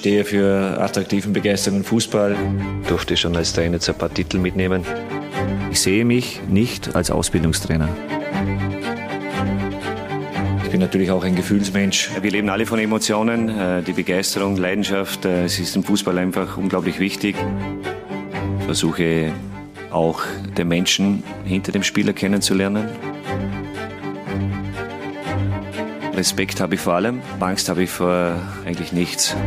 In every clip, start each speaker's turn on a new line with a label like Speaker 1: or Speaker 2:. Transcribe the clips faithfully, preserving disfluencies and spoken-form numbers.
Speaker 1: stehe für attraktiven, begeisternden Fußball.
Speaker 2: Ich durfte schon als Trainer jetzt ein paar Titel mitnehmen.
Speaker 3: Ich sehe mich nicht als Ausbildungstrainer.
Speaker 1: Ich bin natürlich auch ein Gefühlsmensch.
Speaker 2: Wir leben alle von Emotionen, die Begeisterung, Leidenschaft. Es ist im Fußball einfach unglaublich wichtig. Ich versuche auch den Menschen hinter dem Spieler kennenzulernen. Respekt habe ich vor allem, Angst habe ich vor eigentlich nichts.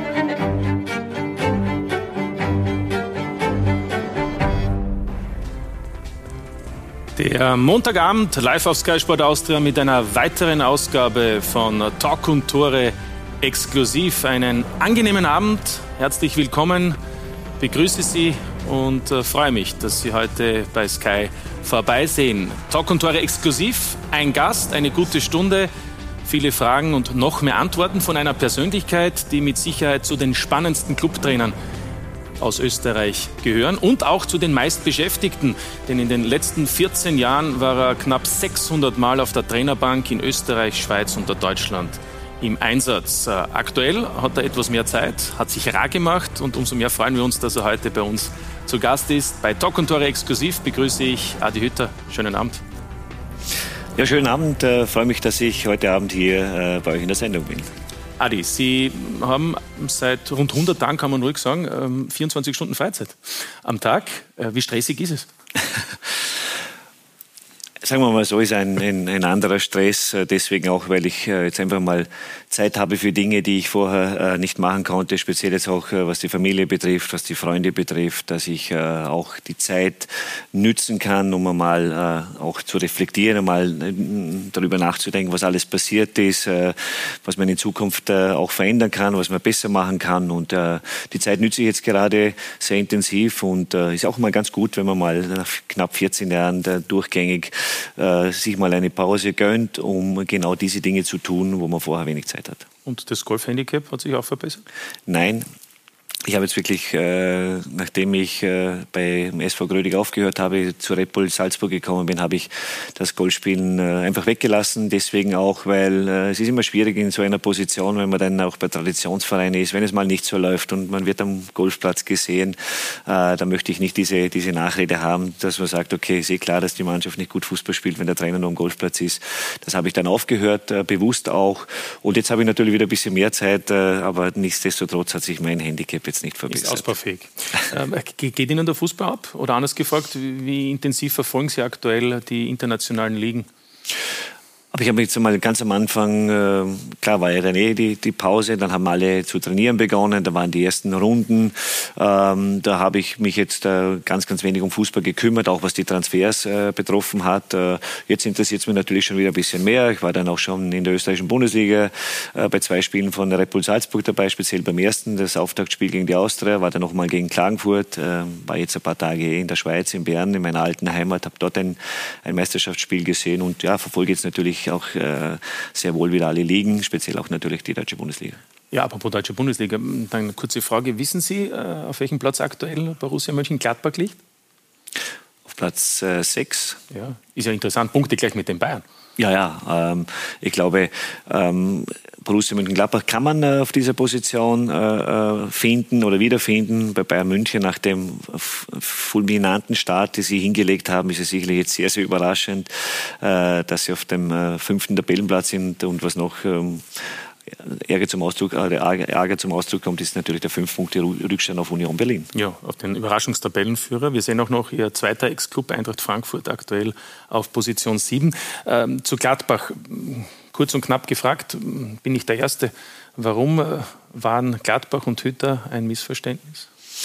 Speaker 4: Der Montagabend live auf Sky Sport Austria mit einer weiteren Ausgabe von Talk und Tore exklusiv. Einen angenehmen Abend, herzlich willkommen, begrüße Sie und äh, freue mich, dass Sie heute bei Sky vorbeisehen. Talk und Tore exklusiv, ein Gast, eine gute Stunde, viele Fragen und noch mehr Antworten von einer Persönlichkeit, die mit Sicherheit zu den spannendsten Clubtrainern aus Österreich gehören und auch zu den meistbeschäftigten, denn in den letzten vierzehn Jahren war er knapp sechshundert Mal auf der Trainerbank in Österreich, Schweiz und Deutschland im Einsatz. Aktuell hat er etwas mehr Zeit, hat sich rar gemacht und umso mehr freuen wir uns, dass er heute bei uns zu Gast ist. Bei Talk und Tore exklusiv begrüße ich Adi Hütter. Schönen Abend.
Speaker 2: Ja, schönen Abend. Ich freue mich, dass ich heute Abend hier bei euch in der Sendung bin.
Speaker 4: Adi, Sie haben seit rund hundert Tagen, kann man ruhig sagen, vierundzwanzig Stunden Freizeit am Tag. Wie stressig ist es?
Speaker 2: Sagen wir mal so, ist ein, ein, ein anderer Stress, deswegen auch, weil ich jetzt einfach mal Zeit habe für Dinge, die ich vorher nicht machen konnte, speziell jetzt auch, was die Familie betrifft, was die Freunde betrifft, dass ich auch die Zeit nützen kann, um einmal auch zu reflektieren, einmal darüber nachzudenken, was alles passiert ist, was man in Zukunft auch verändern kann, was man besser machen kann, und die Zeit nütze ich jetzt gerade sehr intensiv und ist auch mal ganz gut, wenn man mal nach knapp vierzehn Jahren durchgängig sich mal eine Pause gönnt, um genau diese Dinge zu tun, wo man vorher wenig Zeit hat.
Speaker 4: Und das Golfhandicap hat sich auch verbessert?
Speaker 2: Nein. Ich habe jetzt wirklich, äh, nachdem ich äh, beim S V Grödig aufgehört habe, zu Red Bull Salzburg gekommen bin, habe ich das Golfspielen äh, einfach weggelassen. Deswegen auch, weil äh, es ist immer schwierig in so einer Position, wenn man dann auch bei Traditionsvereinen ist, wenn es mal nicht so läuft und man wird am Golfplatz gesehen, äh, da möchte ich nicht diese, diese Nachrede haben, dass man sagt, okay, ist eh klar, dass die Mannschaft nicht gut Fußball spielt, wenn der Trainer nur am Golfplatz ist. Das habe ich dann aufgehört, äh, bewusst auch. Und jetzt habe ich natürlich wieder ein bisschen mehr Zeit, äh, aber nichtsdestotrotz hat sich mein Handicap jetzt nicht verbessert.
Speaker 4: Ist ausbaufähig. ähm, geht Ihnen der Fußball ab? Oder anders gefragt, wie intensiv verfolgen Sie aktuell die internationalen Ligen?
Speaker 2: Aber ich habe jetzt einmal ganz am Anfang, äh, klar war ja dann eh die, die Pause, dann haben alle zu trainieren begonnen, da waren die ersten Runden. Ähm, da habe ich mich jetzt äh, ganz, ganz wenig um Fußball gekümmert, auch was die Transfers äh, betroffen hat. Äh, jetzt interessiert es mich natürlich schon wieder ein bisschen mehr. Ich war dann auch schon in der österreichischen Bundesliga äh, bei zwei Spielen von Red Bull Salzburg dabei, speziell beim ersten, das Auftaktspiel gegen die Austria, war dann noch mal gegen Klagenfurt, äh, war jetzt ein paar Tage in der Schweiz, in Bern, in meiner alten Heimat, habe dort ein, ein Meisterschaftsspiel gesehen und ja, verfolge jetzt natürlich auch äh, sehr wohl wieder alle Ligen, speziell auch natürlich die deutsche Bundesliga. Ja,
Speaker 4: apropos deutsche Bundesliga, dann eine kurze Frage. Wissen Sie, äh, auf welchem Platz aktuell Borussia Mönchengladbach liegt?
Speaker 2: Auf Platz äh, sechs.
Speaker 4: Ja, ist ja interessant, Punkte gleich mit den Bayern.
Speaker 2: Ja, ja, ähm, ich glaube, ähm, Borussia Mönchengladbach kann man äh, auf dieser Position äh, finden oder wiederfinden. Bei Bayern München nach dem fulminanten Start, den sie hingelegt haben, ist es sicherlich jetzt sehr, sehr überraschend, äh, dass sie auf dem äh, fünften Tabellenplatz sind und was noch ähm, Ärger zum Ausdruck, äh, Ärger zum Ausdruck kommt, ist natürlich der fünf Punkte Rückstand auf Union Berlin.
Speaker 4: Ja, auf den Überraschungstabellenführer. Wir sehen auch noch Ihr zweiter Ex-Club Eintracht Frankfurt aktuell auf Position sieben. Ähm, zu Gladbach, kurz und knapp gefragt, bin ich der Erste. Warum äh, waren Gladbach und Hütter ein Missverständnis?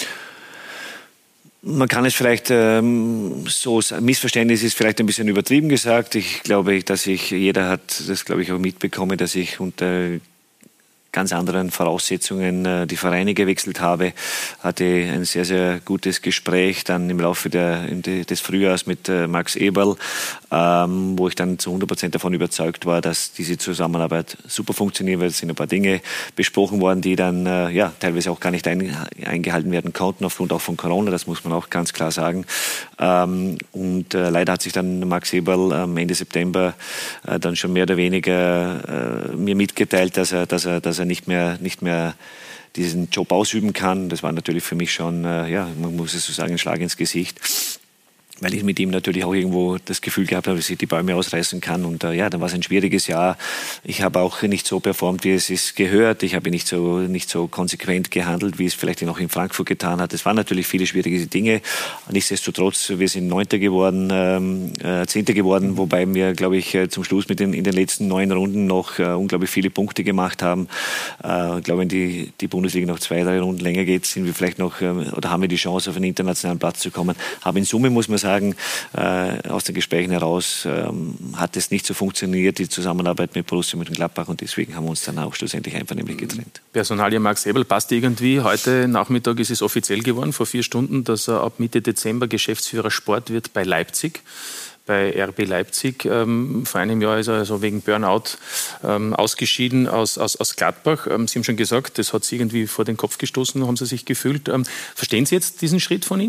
Speaker 2: Man kann es vielleicht ähm, so, Missverständnis ist vielleicht ein bisschen übertrieben gesagt. Ich glaube, dass ich, jeder hat das, glaube ich, auch mitbekommen, dass ich unter ganz anderen Voraussetzungen äh, die Vereine gewechselt habe, hatte ein sehr, sehr gutes Gespräch dann im Laufe der, des Frühjahrs mit äh, Max Eberl, ähm, wo ich dann zu hundert Prozent davon überzeugt war, dass diese Zusammenarbeit super funktioniert, weil es sind ein paar Dinge besprochen worden, die dann äh, ja, teilweise auch gar nicht ein, eingehalten werden konnten, aufgrund auch von Corona, das muss man auch ganz klar sagen. Ähm, und äh, leider hat sich dann Max Eberl am Ende September äh, dann schon mehr oder weniger äh, mir mitgeteilt, dass er, dass er, dass er dann nicht mehr, nicht mehr diesen Job ausüben kann. Das war natürlich für mich schon, äh, ja, man muss es so sagen, ein Schlag ins Gesicht. Weil ich mit ihm natürlich auch irgendwo das Gefühl gehabt habe, dass ich die Bäume ausreißen kann. Und äh, ja, dann war es ein schwieriges Jahr. Ich habe auch nicht so performt, wie es ist gehört. Ich habe nicht so, nicht so konsequent gehandelt, wie es vielleicht noch in Frankfurt getan hat. Es waren natürlich viele schwierige Dinge. Nichtsdestotrotz, wir sind Neunter geworden, ähm, äh, Zehnter geworden, wobei wir, glaube ich, zum Schluss mit den, in den letzten neun Runden noch äh, unglaublich viele Punkte gemacht haben. Äh, ich glaube, wenn die, die Bundesliga noch zwei, drei Runden länger geht, sind wir vielleicht noch, äh, oder haben wir die Chance, auf einen internationalen Platz zu kommen. Aber in Summe muss man sagen, sagen, äh, aus den Gesprächen heraus ähm, hat es nicht so funktioniert, die Zusammenarbeit mit Borussia Mönchengladbach, und deswegen haben wir uns dann auch schlussendlich einfach nämlich getrennt.
Speaker 4: Personalie Max Eberl passt irgendwie. Heute Nachmittag ist es offiziell geworden, vor vier Stunden, dass er ab Mitte Dezember Geschäftsführer Sport wird bei Leipzig. Bei R B Leipzig. Ähm, vor einem Jahr ist er also wegen Burnout ähm, ausgeschieden aus, aus, aus Gladbach. Ähm, Sie haben schon gesagt, das hat Sie irgendwie vor den Kopf gestoßen, haben Sie sich gefühlt. Ähm, verstehen Sie jetzt diesen Schritt von ihm?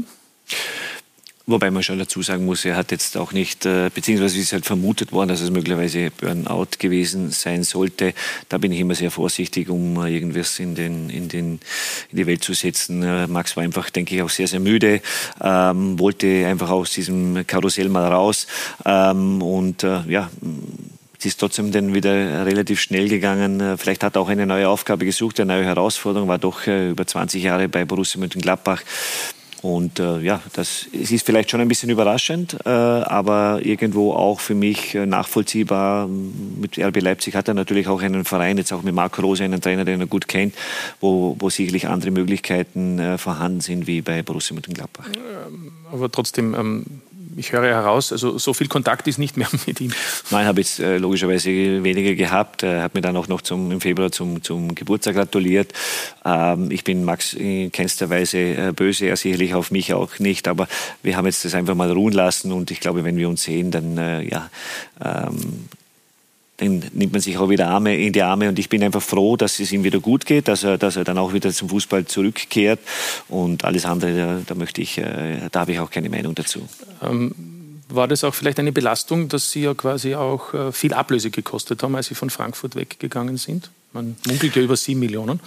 Speaker 2: Wobei man schon dazu sagen muss, er hat jetzt auch nicht, äh, beziehungsweise ist halt vermutet worden, dass es möglicherweise Burnout gewesen sein sollte. Da bin ich immer sehr vorsichtig, um äh, irgendwas in, den, in, den, in die Welt zu setzen. Äh, Max war einfach, denke ich, auch sehr, sehr müde, ähm, wollte einfach aus diesem Karussell mal raus. Ähm, und äh, ja, es ist trotzdem dann wieder relativ schnell gegangen. Vielleicht hat er auch eine neue Aufgabe gesucht, eine neue Herausforderung, war doch äh, über zwanzig Jahre bei Borussia Mönchengladbach. Und äh, ja, das es ist vielleicht schon ein bisschen überraschend, äh, aber irgendwo auch für mich äh, nachvollziehbar. Mit R B Leipzig hat er natürlich auch einen Verein, jetzt auch mit Marco Rose, einen Trainer, den er gut kennt, wo, wo sicherlich andere Möglichkeiten äh, vorhanden sind wie bei Borussia Mönchengladbach.
Speaker 4: Aber trotzdem, ähm ich höre heraus, also so viel Kontakt ist nicht mehr mit ihm.
Speaker 2: Nein, habe jetzt äh, logischerweise weniger gehabt. Er hat mir dann auch noch zum, im Februar zum, zum Geburtstag gratuliert. Ähm, ich bin Max in keinster Weise äh, böse, er sicherlich auf mich auch nicht. Aber wir haben jetzt das einfach mal ruhen lassen, und ich glaube, wenn wir uns sehen, dann äh, ja. Ähm, dann nimmt man sich auch wieder Arme in die Arme, und ich bin einfach froh, dass es ihm wieder gut geht, dass er, dass er dann auch wieder zum Fußball zurückkehrt, und alles andere, da, da möchte ich, da habe ich auch keine Meinung dazu.
Speaker 4: Ähm, war das auch vielleicht eine Belastung, dass Sie ja quasi auch viel Ablöse gekostet haben, als Sie von Frankfurt weggegangen sind? Man munkelt ja über sieben Millionen.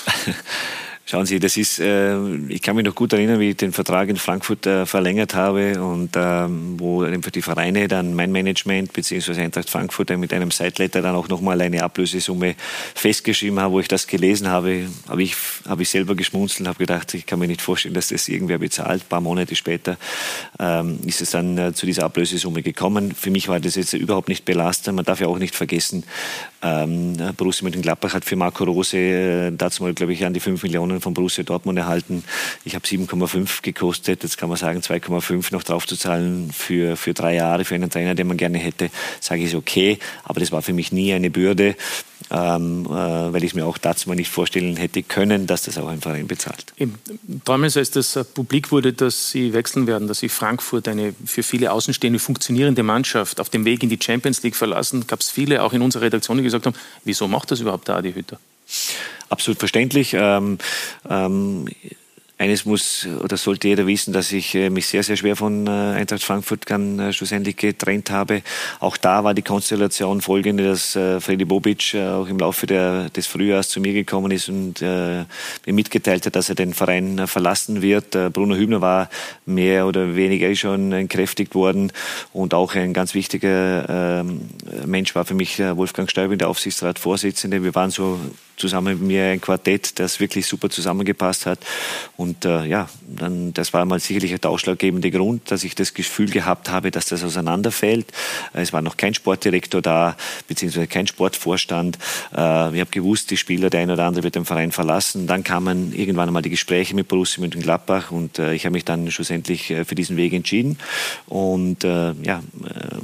Speaker 2: Schauen Sie, das ist, äh, ich kann mich noch gut erinnern, wie ich den Vertrag in Frankfurt äh, verlängert habe, und ähm, wo einfach die Vereine, dann mein Management bzw. Eintracht Frankfurt äh, mit einem Sideletter dann auch nochmal eine Ablösesumme festgeschrieben haben. Wo ich das gelesen habe, habe ich, habe ich selber geschmunzelt und habe gedacht, ich kann mir nicht vorstellen, dass das irgendwer bezahlt. Ein paar Monate später ähm, ist es dann äh, zu dieser Ablösesumme gekommen. Für mich war das jetzt überhaupt nicht belastend. Man darf ja auch nicht vergessen, ähm, Borussia Mönchengladbach hat für Marco Rose äh, dazu mal, glaube ich, an die fünf Millionen von Borussia Dortmund erhalten. Ich habe sieben Komma fünf gekostet. Jetzt kann man sagen, zwei Komma fünf noch draufzuzahlen für, für drei Jahre für einen Trainer, den man gerne hätte, sage ich, ist okay. Aber das war für mich nie eine Bürde, ähm, äh, weil ich es mir auch dazu mal nicht vorstellen hätte können, dass das auch ein Verein bezahlt.
Speaker 4: Damals, als das publik wurde, dass Sie wechseln werden, dass Sie Frankfurt, eine für viele Außenstehende funktionierende Mannschaft, auf dem Weg in die Champions League verlassen, gab es viele, auch in unserer Redaktion, die gesagt haben, wieso macht das überhaupt der Adi Hütter?
Speaker 2: Absolut verständlich. Ähm, ähm, eines muss oder sollte jeder wissen, dass ich äh, mich sehr, sehr schwer von äh, Eintracht Frankfurt dann äh, schlussendlich getrennt habe. Auch da war die Konstellation folgende, dass äh, Fredi Bobic äh, auch im Laufe der, des Frühjahrs zu mir gekommen ist und äh, mir mitgeteilt hat, dass er den Verein äh, verlassen wird. Äh, Bruno Hübner war mehr oder weniger schon entkräftigt worden, und auch ein ganz wichtiger äh, Mensch war für mich äh, Wolfgang Stäubing, der Aufsichtsratsvorsitzende. Wir waren so zusammen mit mir ein Quartett, das wirklich super zusammengepasst hat. Und äh, ja, dann, das war mal sicherlich der ausschlaggebende Grund, dass ich das Gefühl gehabt habe, dass das auseinanderfällt. Es war noch kein Sportdirektor da, beziehungsweise kein Sportvorstand. Äh, ich habe gewusst, die Spieler, der eine oder andere wird den Verein verlassen. Dann kamen irgendwann einmal die Gespräche mit Borussia Mönchengladbach, und äh, ich habe mich dann schlussendlich äh, für diesen Weg entschieden. Und äh, ja, äh,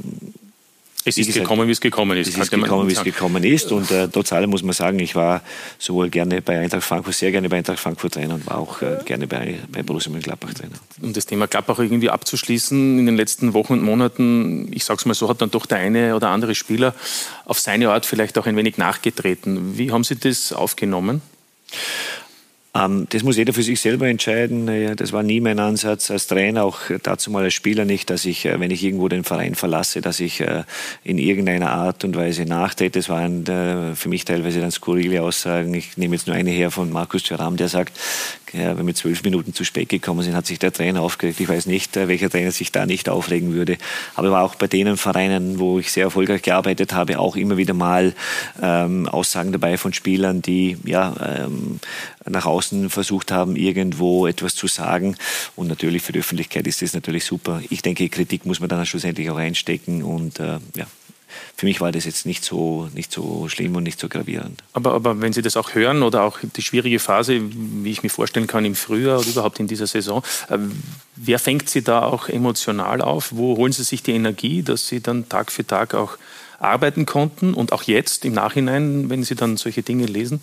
Speaker 4: Es ist gesagt, gekommen, wie es gekommen ist.
Speaker 2: Es ist gekommen, wie es gekommen ist. Und äh, trotz allem muss man sagen, ich war sowohl gerne bei Eintracht Frankfurt, sehr gerne bei Eintracht Frankfurt Trainer, und war auch äh, gerne bei, bei Borussia Mönchengladbach Trainer.
Speaker 4: Um das Thema Gladbach irgendwie abzuschließen, in den letzten Wochen und Monaten, ich sage es mal so, hat dann doch der eine oder andere Spieler auf seine Art vielleicht auch ein wenig nachgetreten. Wie haben Sie das aufgenommen?
Speaker 2: Ähm, das muss jeder für sich selber entscheiden. Ja, das war nie mein Ansatz als Trainer, auch dazu mal als Spieler nicht, dass ich, wenn ich irgendwo den Verein verlasse, dass ich äh, in irgendeiner Art und Weise nachtrete. Das waren äh, für mich teilweise dann skurrile Aussagen. Ich nehme jetzt nur eine her von Markus Thuram, der sagt, ja, wenn wir zwölf Minuten zu spät gekommen sind, hat sich der Trainer aufgeregt. Ich weiß nicht, welcher Trainer sich da nicht aufregen würde. Aber war auch bei denen Vereinen, wo ich sehr erfolgreich gearbeitet habe, auch immer wieder mal ähm, Aussagen dabei von Spielern, die ja ähm, nach außen versucht haben, irgendwo etwas zu sagen. Und natürlich für die Öffentlichkeit ist das natürlich super. Ich denke, Kritik muss man dann schlussendlich auch einstecken. Und äh, ja, für mich war das jetzt nicht so, nicht so schlimm und nicht so gravierend.
Speaker 4: Aber, aber wenn Sie das auch hören oder auch die schwierige Phase, wie ich mir vorstellen kann, im Frühjahr oder überhaupt in dieser Saison, äh, wer fängt Sie da auch emotional auf? Wo holen Sie sich die Energie, dass Sie dann Tag für Tag auch arbeiten konnten und auch jetzt im Nachhinein, wenn Sie dann solche Dinge lesen?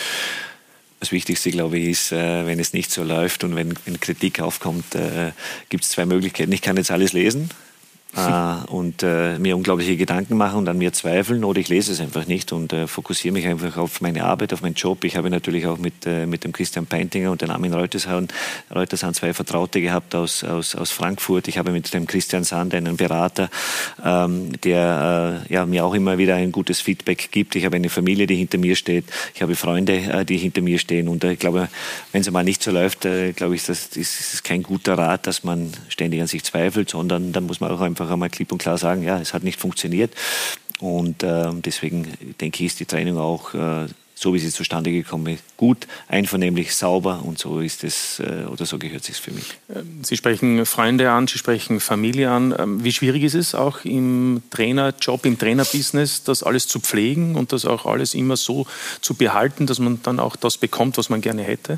Speaker 2: Das Wichtigste, glaube ich, ist, wenn es nicht so läuft und wenn, wenn Kritik aufkommt, gibt es zwei Möglichkeiten. Ich kann jetzt alles lesen. Äh, und äh, mir unglaubliche Gedanken machen und an mir zweifeln, oder ich lese es einfach nicht und äh, fokussiere mich einfach auf meine Arbeit, auf meinen Job. Ich habe natürlich auch mit, äh, mit dem Christian Peintinger und dem Armin Reutershahn, Reutershahn zwei Vertraute gehabt aus, aus, aus Frankfurt. Ich habe mit dem Christian Sand einen Berater, ähm, der äh, ja, mir auch immer wieder ein gutes Feedback gibt. Ich habe eine Familie, die hinter mir steht. Ich habe Freunde, äh, die hinter mir stehen. Und äh, ich glaube, wenn es mal nicht so läuft, äh, glaube ich, das, das ist kein guter Rat, dass man ständig an sich zweifelt, sondern dann muss man auch einfach einmal klipp und klar sagen, ja, es hat nicht funktioniert. Und äh, deswegen denke ich, ist die Trennung auch, äh, so wie sie zustande gekommen ist, gut, einvernehmlich, sauber, und so ist es, äh, oder so gehört es sich für mich.
Speaker 4: Sie sprechen Freunde an, Sie sprechen Familie an. Wie schwierig ist es auch im Trainerjob, im Trainerbusiness, das alles zu pflegen und das auch alles immer so zu behalten, dass man dann auch das bekommt, was man gerne hätte?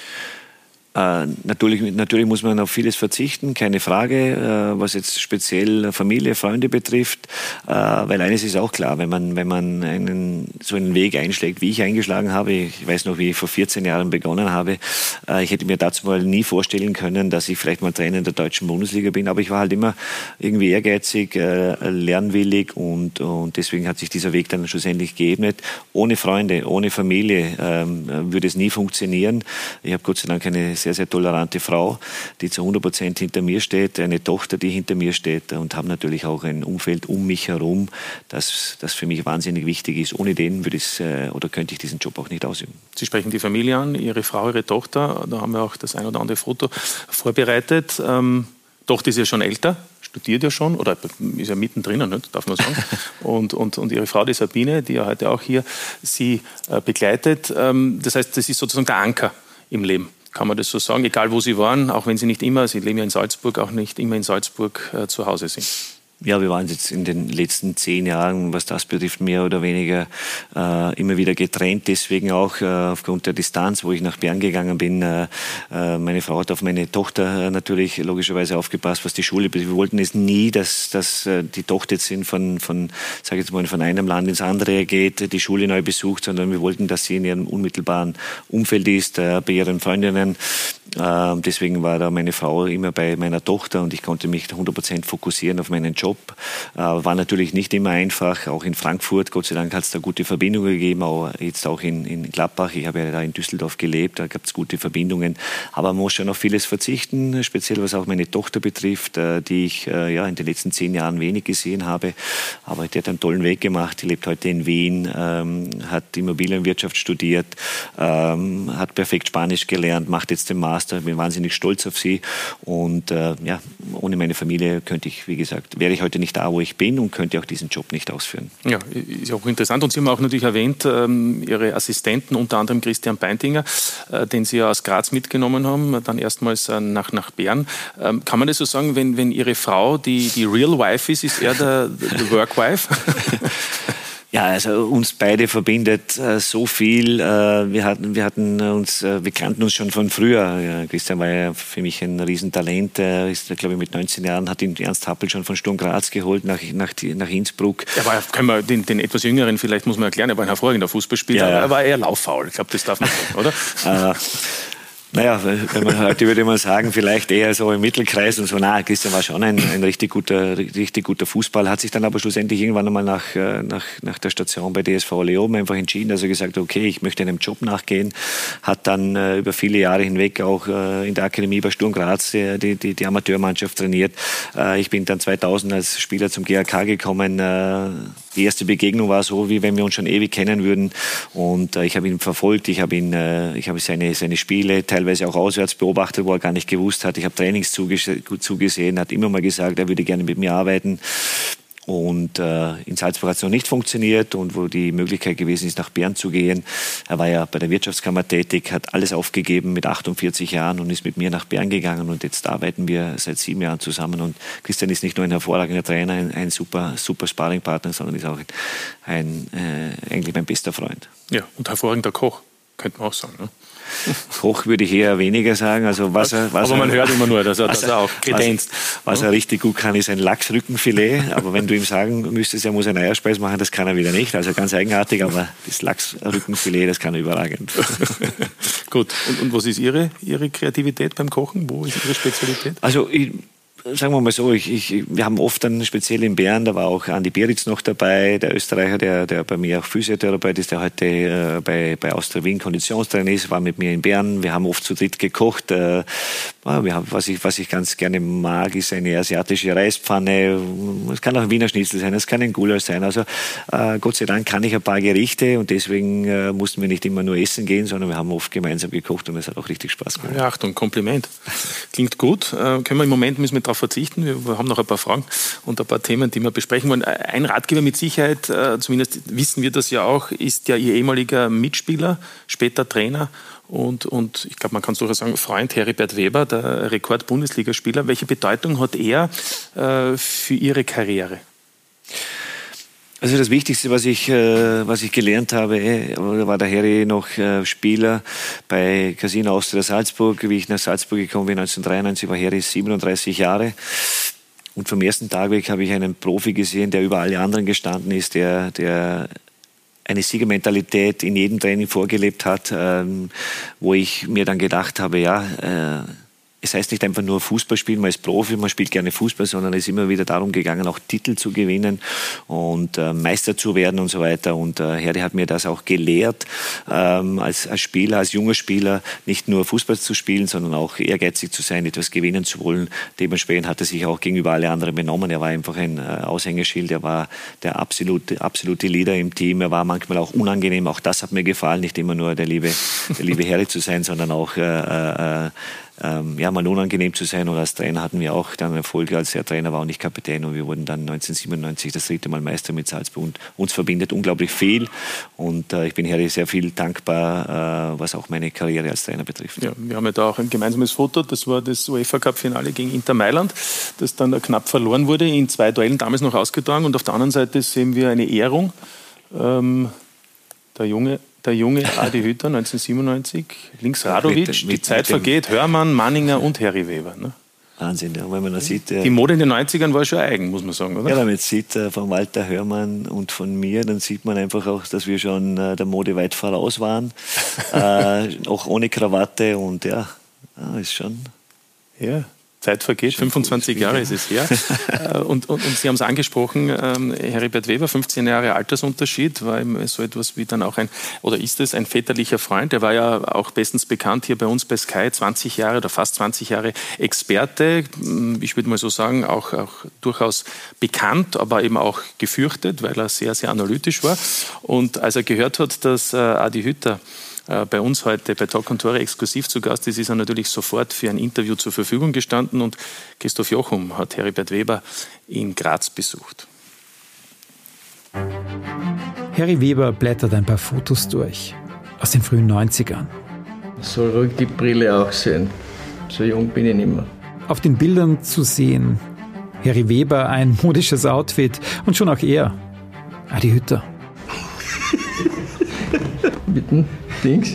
Speaker 2: Äh, natürlich, natürlich muss man auf vieles verzichten, keine Frage, äh, was jetzt speziell Familie, Freunde betrifft, äh, weil eines ist auch klar, wenn man, wenn man einen, so einen Weg einschlägt, wie ich eingeschlagen habe, ich weiß noch, wie ich vor vierzehn Jahren begonnen habe, äh, ich hätte mir dazu mal nie vorstellen können, dass ich vielleicht mal Trainer in der deutschen Bundesliga bin, aber ich war halt immer irgendwie ehrgeizig, äh, lernwillig, und, und deswegen hat sich dieser Weg dann schlussendlich geebnet. Ohne Freunde, ohne Familie ähm, würde es nie funktionieren. Ich habe Gott sei Dank eine sehr, sehr tolerante Frau, die zu hundert Prozent hinter mir steht, eine Tochter, die hinter mir steht, und habe natürlich auch ein Umfeld um mich herum, das, das für mich wahnsinnig wichtig ist. Ohne den würde ich oder könnte ich diesen Job auch nicht ausüben.
Speaker 4: Sie sprechen die Familie an, Ihre Frau, Ihre Tochter, da haben wir auch das ein oder andere Foto vorbereitet. Ähm, Tochter ist ja schon älter, studiert ja schon, oder ist ja mittendrin, nicht? Darf man sagen. Und, und, und ihre Frau, die Sabine, die ja heute auch hier Sie äh, begleitet. Ähm, das heißt, das ist sozusagen der Anker im Leben. Kann man das so sagen, egal wo Sie waren, auch wenn Sie nicht immer, Sie leben ja in Salzburg, auch nicht immer in Salzburg äh, zu Hause sind?
Speaker 2: Ja, wir waren jetzt in den letzten zehn Jahren, was das betrifft, mehr oder weniger äh, immer wieder getrennt. Deswegen auch äh, aufgrund der Distanz, wo ich nach Bern gegangen bin. Äh, meine Frau hat auf meine Tochter natürlich logischerweise aufgepasst, was die Schule betrifft. Wir wollten es nie, dass, dass äh, die Tochter jetzt von, von, sag ich jetzt mal, von einem Land ins andere geht, die Schule neu besucht, sondern wir wollten, dass sie in ihrem unmittelbaren Umfeld ist, äh, bei ihren Freundinnen. Äh, deswegen war da meine Frau immer bei meiner Tochter, und ich konnte mich hundert Prozent fokussieren auf meinen Job. Äh, war natürlich nicht immer einfach, auch in Frankfurt, Gott sei Dank hat es da gute Verbindungen gegeben, auch jetzt auch in, in Gladbach, ich habe ja da in Düsseldorf gelebt, da gab es gute Verbindungen, aber man muss schon auf vieles verzichten, speziell was auch meine Tochter betrifft, äh, die ich äh, ja, in den letzten zehn Jahren wenig gesehen habe, aber die hat einen tollen Weg gemacht, die lebt heute in Wien, ähm, hat Immobilienwirtschaft studiert, ähm, hat perfekt Spanisch gelernt, macht jetzt den Master, bin wahnsinnig stolz auf sie, und äh, ja, ohne meine Familie könnte ich, wie gesagt, wäre ich heute nicht da, wo ich bin, und könnte auch diesen Job nicht ausführen.
Speaker 4: Ja, ist auch interessant. Und Sie haben auch natürlich erwähnt, ähm, Ihre Assistenten, unter anderem Christian Peintinger, äh, den Sie ja aus Graz mitgenommen haben, dann erstmals äh, nach, nach Bern. Ähm, kann man das so sagen, wenn, wenn Ihre Frau die, die Real Wife ist, ist er der, der Work Wife?
Speaker 2: Ja, also uns beide verbindet äh, so viel. Äh, wir hatten, wir hatten uns, äh, wir kannten uns schon von früher. Ja, Christian war ja für mich ein Riesentalent. Er ist, glaube ich, mit neunzehn Jahren hat ihn Ernst Happel schon von Sturm Graz geholt nach, nach, nach Innsbruck.
Speaker 4: Er war, können wir den, den etwas Jüngeren vielleicht muss man erklären, er war ein hervorragender Fußballspieler, ja, ja. Er war eher lauffaul. Ich glaube, das darf man sagen, oder?
Speaker 2: äh, Naja, wenn man heute würde man sagen, vielleicht eher so im Mittelkreis und so. Na, Christian war schon ein, ein richtig guter, richtig guter Fußballer, hat sich dann aber schlussendlich irgendwann einmal nach, nach, nach der Station bei D S V Leoben einfach entschieden, dass er gesagt hat, okay, ich möchte einem Job nachgehen, hat dann äh, über viele Jahre hinweg auch äh, in der Akademie bei Sturm Graz die, die, die Amateurmannschaft trainiert. Äh, ich bin dann zweitausend als Spieler zum G A K gekommen. Äh, die erste Begegnung war so, wie wenn wir uns schon ewig kennen würden, und äh, ich habe ihn verfolgt, ich habe ihn, äh, ich habe seine, seine Spiele teilweise auch auswärts beobachtet, wo er gar nicht gewusst hat. Ich habe Trainings zugesehen, hat immer mal gesagt, er würde gerne mit mir arbeiten. Und äh, in Salzburg hat es noch nicht funktioniert, und wo die Möglichkeit gewesen ist, nach Bern zu gehen. Er war ja bei der Wirtschaftskammer tätig, hat alles aufgegeben mit achtundvierzig Jahren und ist mit mir nach Bern gegangen, und jetzt arbeiten wir seit sieben Jahren zusammen. Und Christian ist nicht nur ein hervorragender Trainer, ein, ein super, super Sparringpartner, sondern ist auch ein, ein äh, eigentlich mein bester Freund.
Speaker 4: Ja, und hervorragender Koch, könnte man auch sagen, ne?
Speaker 2: Koch würde ich eher weniger sagen. Also was er, was
Speaker 4: aber man
Speaker 2: er,
Speaker 4: hört immer nur, dass er, dass er auch kredenzt.
Speaker 2: Was, was er richtig gut kann, ist ein Lachsrückenfilet. Aber wenn du ihm sagen müsstest, er muss eine Eierspeise machen, das kann er wieder nicht. Also ganz eigenartig, aber das Lachsrückenfilet, das kann er überragend.
Speaker 4: Gut, und, und was ist Ihre, Ihre Kreativität beim Kochen? Wo ist Ihre Spezialität?
Speaker 2: Also ich, sagen wir mal so, ich, ich, wir haben oft dann, speziell in Bern, da war auch Andi Beritz noch dabei, der Österreicher, der, der bei mir auch Physiotherapeut ist, der heute äh, bei, bei Austria Wien Konditionstrainer ist, war mit mir in Bern. Wir haben oft zu dritt gekocht. Äh, wir haben, was, ich, was ich ganz gerne mag, ist eine asiatische Reispfanne. Es kann auch ein Wiener Schnitzel sein, es kann ein Gulasch sein. Also äh, Gott sei Dank kann ich ein paar Gerichte, und deswegen äh, mussten wir nicht immer nur essen gehen, sondern wir haben oft gemeinsam gekocht, und es hat auch richtig Spaß gemacht.
Speaker 4: Ja, Achtung, Kompliment. Klingt gut. Äh, können wir im Moment müssen wir darauf verzichten. Wir haben noch ein paar Fragen und ein paar Themen, die wir besprechen wollen. Ein Ratgeber mit Sicherheit, äh, zumindest wissen wir das ja auch, ist ja Ihr ehemaliger Mitspieler, später Trainer und, und ich glaube, man kann es durchaus sagen, Freund Heribert Weber, der Rekord-Bundesligaspieler. Welche Bedeutung hat er äh, für Ihre Karriere?
Speaker 2: Also das Wichtigste, was ich, äh, was ich gelernt habe, äh, war der Harry noch äh, Spieler bei Casino Austria Salzburg. Wie ich nach Salzburg gekommen bin, neunzehnhundertdreiundneunzig, war Harry siebenunddreißig Jahre. Und vom ersten Tag weg habe ich einen Profi gesehen, der über alle anderen gestanden ist, der, der eine Siegermentalität in jedem Training vorgelebt hat, ähm, wo ich mir dann gedacht habe, ja, äh, es heißt nicht einfach nur Fußball spielen, man ist Profi, man spielt gerne Fußball, sondern es ist immer wieder darum gegangen, auch Titel zu gewinnen und äh, Meister zu werden und so weiter. Und äh, Herdi hat mir das auch gelehrt, ähm, als, als Spieler, als junger Spieler, nicht nur Fußball zu spielen, sondern auch ehrgeizig zu sein, etwas gewinnen zu wollen. Dementsprechend hat er sich auch gegenüber alle anderen benommen. Er war einfach ein äh, Aushängeschild, er war der absolute, absolute Leader im Team. Er war manchmal auch unangenehm, auch das hat mir gefallen, nicht immer nur der liebe, der liebe Herdi zu sein, sondern auch äh, äh, Ähm, ja, mal unangenehm zu sein. Und als Trainer hatten wir auch dann Erfolg, als er Trainer war und ich Kapitän. Und wir wurden dann neunzehnhundertsiebenundneunzig das dritte Mal Meister mit Salzburg. Und uns verbindet unglaublich viel. Und äh, ich bin Harry sehr viel dankbar, äh, was auch meine Karriere als Trainer betrifft.
Speaker 4: Ja, wir haben ja da auch ein gemeinsames Foto. Das war das UEFA-Cup-Finale gegen Inter Mailand, das dann knapp verloren wurde, in zwei Duellen damals noch ausgetragen. Und auf der anderen Seite sehen wir eine Ehrung. Ähm, der junge Der junge Adi Hütter, neunzehnhundertsiebenundneunzig, links Radovic, mit, mit, die Zeit vergeht, Hörmann, Manninger und Harry Weber. Ne?
Speaker 2: Wahnsinn, ja, wenn man das sieht.
Speaker 4: Die Mode in den neunzigern war schon eigen, muss man sagen, oder?
Speaker 2: Ja, wenn man jetzt sieht äh, von Walter Hörmann und von mir, dann sieht man einfach auch, dass wir schon äh, der Mode weit voraus waren, äh, auch ohne Krawatte, und ja, ja ist schon...
Speaker 4: Ja. Zeit vergeht, fünfundzwanzig Jahre ist es her. und, und, und Sie haben es angesprochen, ähm, Heribert Weber, fünfzehn Jahre Altersunterschied, war eben so etwas wie dann auch ein, oder ist es ein väterlicher Freund. Er war ja auch bestens bekannt hier bei uns bei Sky, zwanzig Jahre oder fast zwanzig Jahre Experte. Ich würde mal so sagen, auch, auch durchaus bekannt, aber eben auch gefürchtet, weil er sehr, sehr analytisch war. Und als er gehört hat, dass äh, Adi Hütter bei uns heute bei Talk und Tore exklusiv zu Gast ist, ist er natürlich sofort für ein Interview zur Verfügung gestanden, und Christoph Jochum hat Heribert Weber in Graz besucht.
Speaker 5: Harry Weber blättert ein paar Fotos durch, aus den frühen neunzigern.
Speaker 6: Soll ruhig die Brille auch sehen. So jung bin ich nicht mehr.
Speaker 5: Auf den Bildern zu sehen, Harry Weber, ein modisches Outfit, und schon auch er, Adi Hütter.
Speaker 6: Mit dem Dings.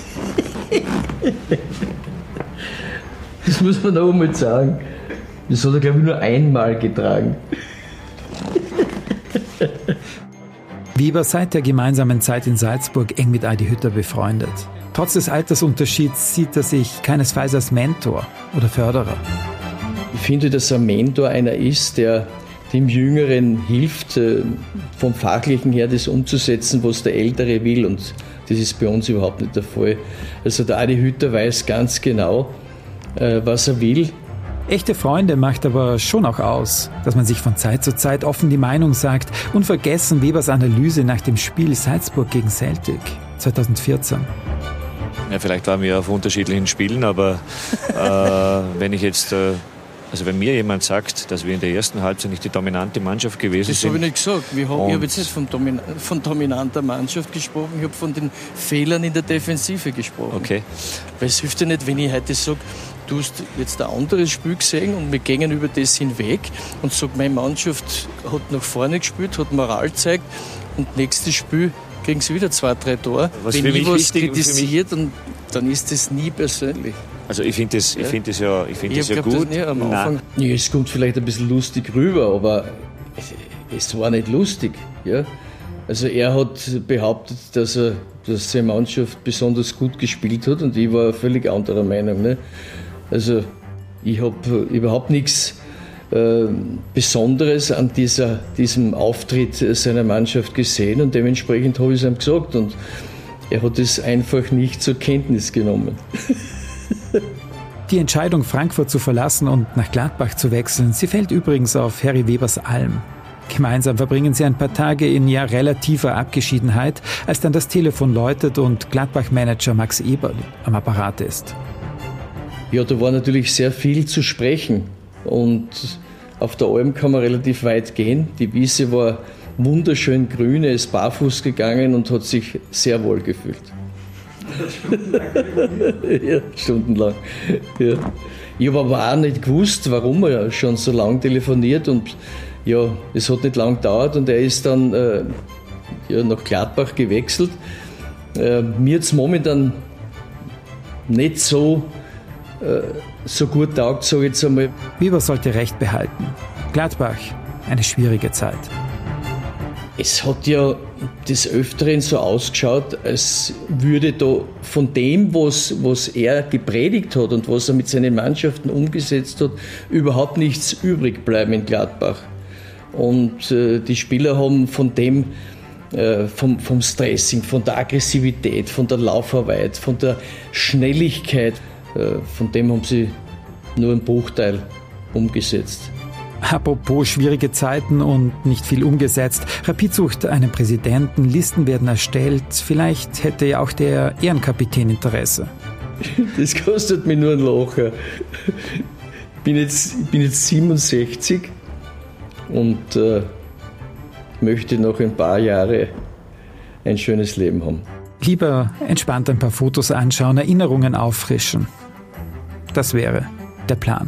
Speaker 6: Das muss man auch mal sagen. Das hat er, glaube ich, nur einmal getragen.
Speaker 5: Weber seit der gemeinsamen Zeit in Salzburg eng mit Adi Hütter befreundet. Trotz des Altersunterschieds sieht er sich keinesfalls als Mentor oder Förderer.
Speaker 6: Ich finde, dass ein Mentor einer ist, der dem Jüngeren hilft, vom Fachlichen her das umzusetzen, was der Ältere will. Und das ist bei uns überhaupt nicht der Fall. Also der Adi Hütter weiß ganz genau, was er will.
Speaker 5: Echte Freunde macht aber schon auch aus, dass man sich von Zeit zu Zeit offen die Meinung sagt. Unvergessen Webers Analyse nach dem Spiel Salzburg gegen Celtic zweitausendvierzehn.
Speaker 1: Ja, vielleicht waren wir auf unterschiedlichen Spielen, aber äh, wenn ich jetzt... Äh Also wenn mir jemand sagt, dass wir in der ersten Halbzeit nicht die dominante Mannschaft gewesen
Speaker 7: das
Speaker 1: sind...
Speaker 7: Das habe ich nicht gesagt. Wir haben, ich habe jetzt nicht von, Domin- von dominanter Mannschaft gesprochen, ich habe von den Fehlern in der Defensive gesprochen.
Speaker 1: Okay.
Speaker 7: Weil es hilft ja nicht, wenn ich heute sage, du hast jetzt ein anderes Spiel gesehen und wir gehen über das hinweg und sage, meine Mannschaft hat nach vorne gespielt, hat Moral gezeigt und nächstes Spiel kriegen sie wieder zwei, drei Tore.
Speaker 1: Was
Speaker 7: wenn
Speaker 1: für
Speaker 7: ich
Speaker 1: mich
Speaker 7: was
Speaker 1: wichtig,
Speaker 7: kritisiert, dann, dann ist das nie persönlich.
Speaker 1: Also ich finde das, ich find das ja, ich find
Speaker 7: ich
Speaker 1: das ja
Speaker 7: glaub,
Speaker 1: gut.
Speaker 7: Das nie am Anfang.
Speaker 6: Ja, es kommt vielleicht ein bisschen lustig rüber, aber es war nicht lustig. Ja? Also er hat behauptet, dass, er, dass seine Mannschaft besonders gut gespielt hat und ich war völlig anderer Meinung. Ne? Also ich habe überhaupt nichts äh, Besonderes an dieser, diesem Auftritt seiner Mannschaft gesehen und dementsprechend habe ich es ihm gesagt und er hat es einfach nicht zur Kenntnis genommen.
Speaker 5: Die Entscheidung, Frankfurt zu verlassen und nach Gladbach zu wechseln, sie fällt übrigens auf Harry Webers Alm. Gemeinsam verbringen sie ein paar Tage in ja relativer Abgeschiedenheit, als dann das Telefon läutet und Gladbach-Manager Max Eberl am Apparat ist.
Speaker 6: Ja, da war natürlich sehr viel zu sprechen und auf der Alm kann man relativ weit gehen. Die Wiese war wunderschön grün, er ist barfuß gegangen und hat sich sehr wohl gefühlt. ja, stundenlang. Ja. Ich habe aber auch nicht gewusst, warum er schon so lange telefoniert und ja, es hat nicht lang gedauert und er ist dann äh, ja, nach Gladbach gewechselt. Äh, mir jetzt momentan nicht so, äh, so gut taugt, sage ich jetzt einmal.
Speaker 5: Weber sollte Recht behalten. Gladbach, eine schwierige Zeit.
Speaker 6: Es hat ja des Öfteren so ausgeschaut, als würde da von dem, was, was er gepredigt hat und was er mit seinen Mannschaften umgesetzt hat, überhaupt nichts übrig bleiben in Gladbach. Und äh, die Spieler haben von dem, äh, vom, vom Stressing, von der Aggressivität, von der Laufarbeit, von der Schnelligkeit, äh, von dem haben sie nur einen Bruchteil umgesetzt.
Speaker 5: Apropos schwierige Zeiten und nicht viel umgesetzt. Rapid sucht einen Präsidenten, Listen werden erstellt. Vielleicht hätte ja auch der Ehrenkapitän Interesse.
Speaker 6: Das kostet mir nur ein Lacher. Ich bin jetzt, ich bin jetzt siebenundsechzig und äh, möchte noch ein paar Jahre ein schönes Leben haben.
Speaker 5: Lieber entspannt ein paar Fotos anschauen, Erinnerungen auffrischen. Das wäre der Plan.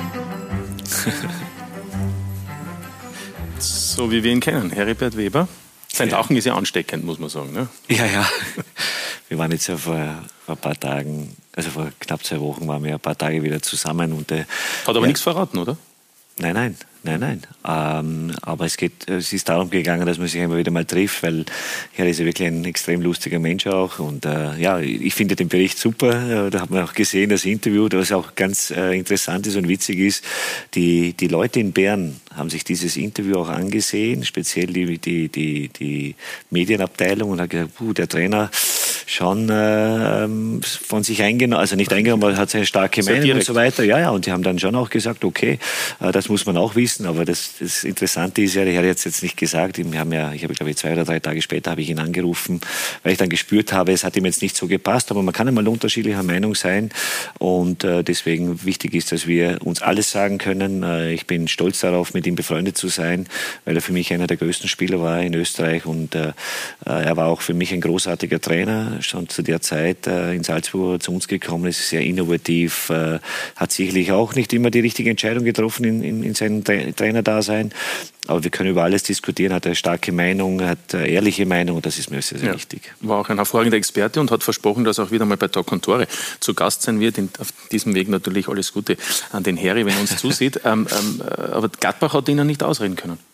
Speaker 4: So wie wir ihn kennen, Heribert Weber. Sein Tauchen ist ja ansteckend, muss man sagen. Ne?
Speaker 2: Ja, ja. Wir waren jetzt ja vor, vor ein paar Tagen, also vor knapp zwei Wochen waren wir ein paar Tage wieder zusammen. Und, äh,
Speaker 4: Hat aber
Speaker 2: ja,
Speaker 4: nichts verraten, oder?
Speaker 2: Nein, nein, nein, nein. Ähm, aber es geht, es ist darum gegangen, dass man sich immer wieder mal trifft, weil Herr ist ja wirklich ein extrem lustiger Mensch auch. Und äh, ja, ich finde den Bericht super. Da hat man auch gesehen, das Interview, was auch ganz äh, interessant ist und witzig ist. Die, die Leute in Bern haben sich dieses Interview auch angesehen, speziell die, die, die, die Medienabteilung, und haben gesagt, puh, der Trainer schon äh, von sich eingenommen, also nicht eingenommen, aber hat seine starke
Speaker 4: Sehr
Speaker 2: Meinung
Speaker 4: direkt.
Speaker 2: und so weiter. Ja, ja, und die haben dann schon auch gesagt, okay, äh, das muss man auch wissen, aber das, das Interessante ist ja, der Herr hat es jetzt nicht gesagt, wir haben ja, ich habe glaube ich zwei oder drei Tage später habe ich ihn angerufen, weil ich dann gespürt habe, es hat ihm jetzt nicht so gepasst, aber man kann einmal unterschiedlicher Meinung sein und äh, deswegen wichtig ist, dass wir uns alles sagen können. Äh, ich bin stolz darauf, mit ihm befreundet zu sein, weil er für mich einer der größten Spieler war in Österreich und äh, er war auch für mich ein großartiger Trainer, schon zu der Zeit äh, in Salzburg zu uns gekommen ist, sehr innovativ, äh, hat sicherlich auch nicht immer die richtige Entscheidung getroffen in, in, in seinem Tra- Trainerdasein, aber wir können über alles diskutieren, hat eine starke Meinung, hat eine ehrliche Meinung und das ist mir sehr, sehr
Speaker 4: Ja.
Speaker 2: wichtig.
Speaker 4: War auch ein hervorragender Experte und hat versprochen, dass er auch wieder mal bei Talk und Tore zu Gast sein wird. In, auf diesem Weg natürlich alles Gute an den Harry, wenn er uns zusieht. Ähm, ähm, aber Gladbach hat ihn ja nicht ausreden können.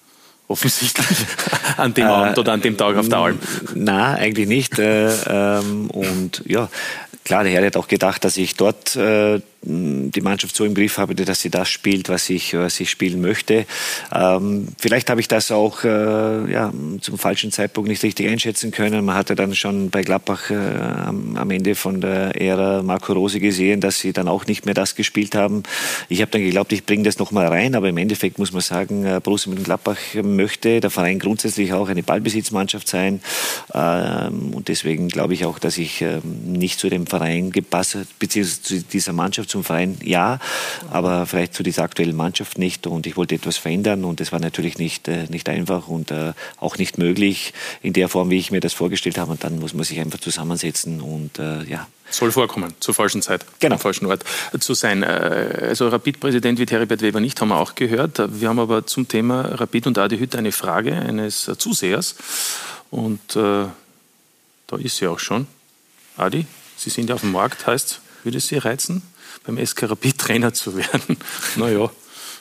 Speaker 4: offensichtlich, an dem Abend äh, oder an dem Tag auf der Alm.
Speaker 2: Nein, eigentlich nicht. Äh, ähm, und ja, klar, der Herr hat auch gedacht, dass ich dort äh, die Mannschaft so im Griff habe, dass sie das spielt, was ich, was ich spielen möchte. Ähm, vielleicht habe ich das auch äh, ja, zum falschen Zeitpunkt nicht richtig einschätzen können. Man hatte dann schon bei Gladbach äh, am, am Ende von der Ära Marco Rose gesehen, dass sie dann auch nicht mehr das gespielt haben. Ich habe dann geglaubt, ich bringe das nochmal rein, aber im Endeffekt muss man sagen, äh, Borussia Mönchengladbach möchte der Verein grundsätzlich auch eine Ballbesitzmannschaft sein. Ähm, und deswegen glaube ich auch, dass ich äh, nicht zu dem Verein gepasst habe, beziehungsweise zu dieser Mannschaft, zum Verein ja, aber vielleicht zu dieser aktuellen Mannschaft nicht, und ich wollte etwas verändern und das war natürlich nicht, äh, nicht einfach und äh, auch nicht möglich in der Form, wie ich mir das vorgestellt habe, und dann muss man sich einfach zusammensetzen und äh, ja.
Speaker 4: Soll vorkommen, zur falschen Zeit,
Speaker 2: genau.
Speaker 4: Am falschen Ort zu sein. Also Rapid-Präsident wird Heribert Weber nicht, haben wir auch gehört. Wir haben aber zum Thema Rapid und Adi Hütter eine Frage eines Zusehers und äh, da ist sie auch schon. Adi, Sie sind ja auf dem Markt, heißt, würde es Sie reizen, beim S K Rapid Trainer zu werden? Naja.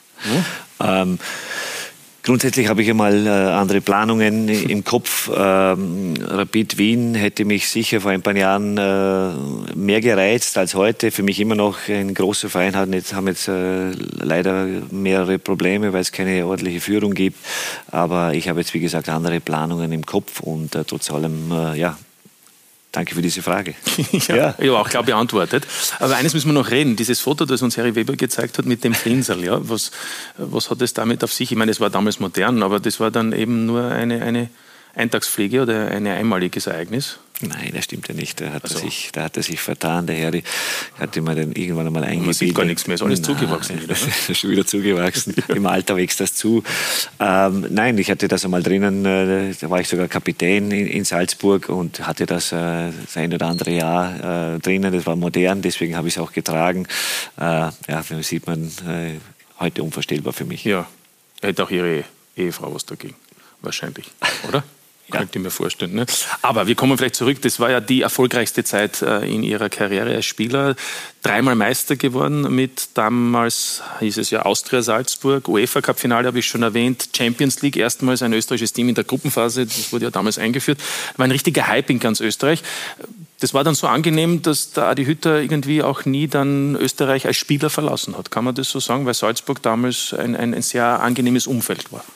Speaker 2: Ja. Ähm, grundsätzlich habe ich einmal äh, andere Planungen im Kopf. Ähm, Rapid Wien hätte mich sicher vor ein paar Jahren äh, mehr gereizt als heute. Für mich immer noch ein großer Verein, hat jetzt, haben jetzt äh, leider mehrere Probleme, weil es keine ordentliche Führung gibt. Aber ich habe jetzt, wie gesagt, andere Planungen im Kopf und äh, trotz allem, äh, ja, danke für diese Frage.
Speaker 4: ja, ja. ja, auch klar beantwortet. Aber eines müssen wir noch reden. Dieses Foto, das uns Harry Weber gezeigt hat mit dem Flinsel, ja, was, was hat es damit auf sich? Ich meine, es war damals modern, aber das war dann eben nur eine, eine Eintagspflege oder ein einmaliges Ereignis?
Speaker 2: Nein, das stimmt ja nicht. Da hat,
Speaker 4: also.
Speaker 2: er, sich, da hat er sich vertan. Der Harry hatte mir dann irgendwann einmal eingebildet.
Speaker 4: Man sieht gar nichts mehr, ist alles nein, zugewachsen wieder.
Speaker 2: Ne? Schon wieder zugewachsen. Im Alter wächst das zu. Ähm, nein, ich hatte das einmal drinnen, äh, da war ich sogar Kapitän in, in Salzburg und hatte das äh, das ein oder andere Jahr äh, drinnen. Das war modern, deswegen habe ich es auch getragen. Äh, ja, das sieht man äh, heute unvorstellbar für mich.
Speaker 4: Ja, hätte auch Ihre Ehefrau was dagegen. Wahrscheinlich, oder?
Speaker 2: Ja.
Speaker 4: Könnte ich mir vorstellen. Ne? Aber wir kommen vielleicht zurück. Das war ja die erfolgreichste Zeit äh, in Ihrer Karriere als Spieler. Dreimal Meister geworden mit damals, hieß es ja, Austria Salzburg. UEFA-Cup-Finale habe ich schon erwähnt. Champions League, erstmals ein österreichisches Team in der Gruppenphase. Das wurde ja damals eingeführt. War ein richtiger Hype in ganz Österreich. Das war dann so angenehm, dass der Adi Hütter irgendwie auch nie dann Österreich als Spieler verlassen hat. Kann man das so sagen? Weil Salzburg damals ein, ein, ein sehr angenehmes Umfeld war.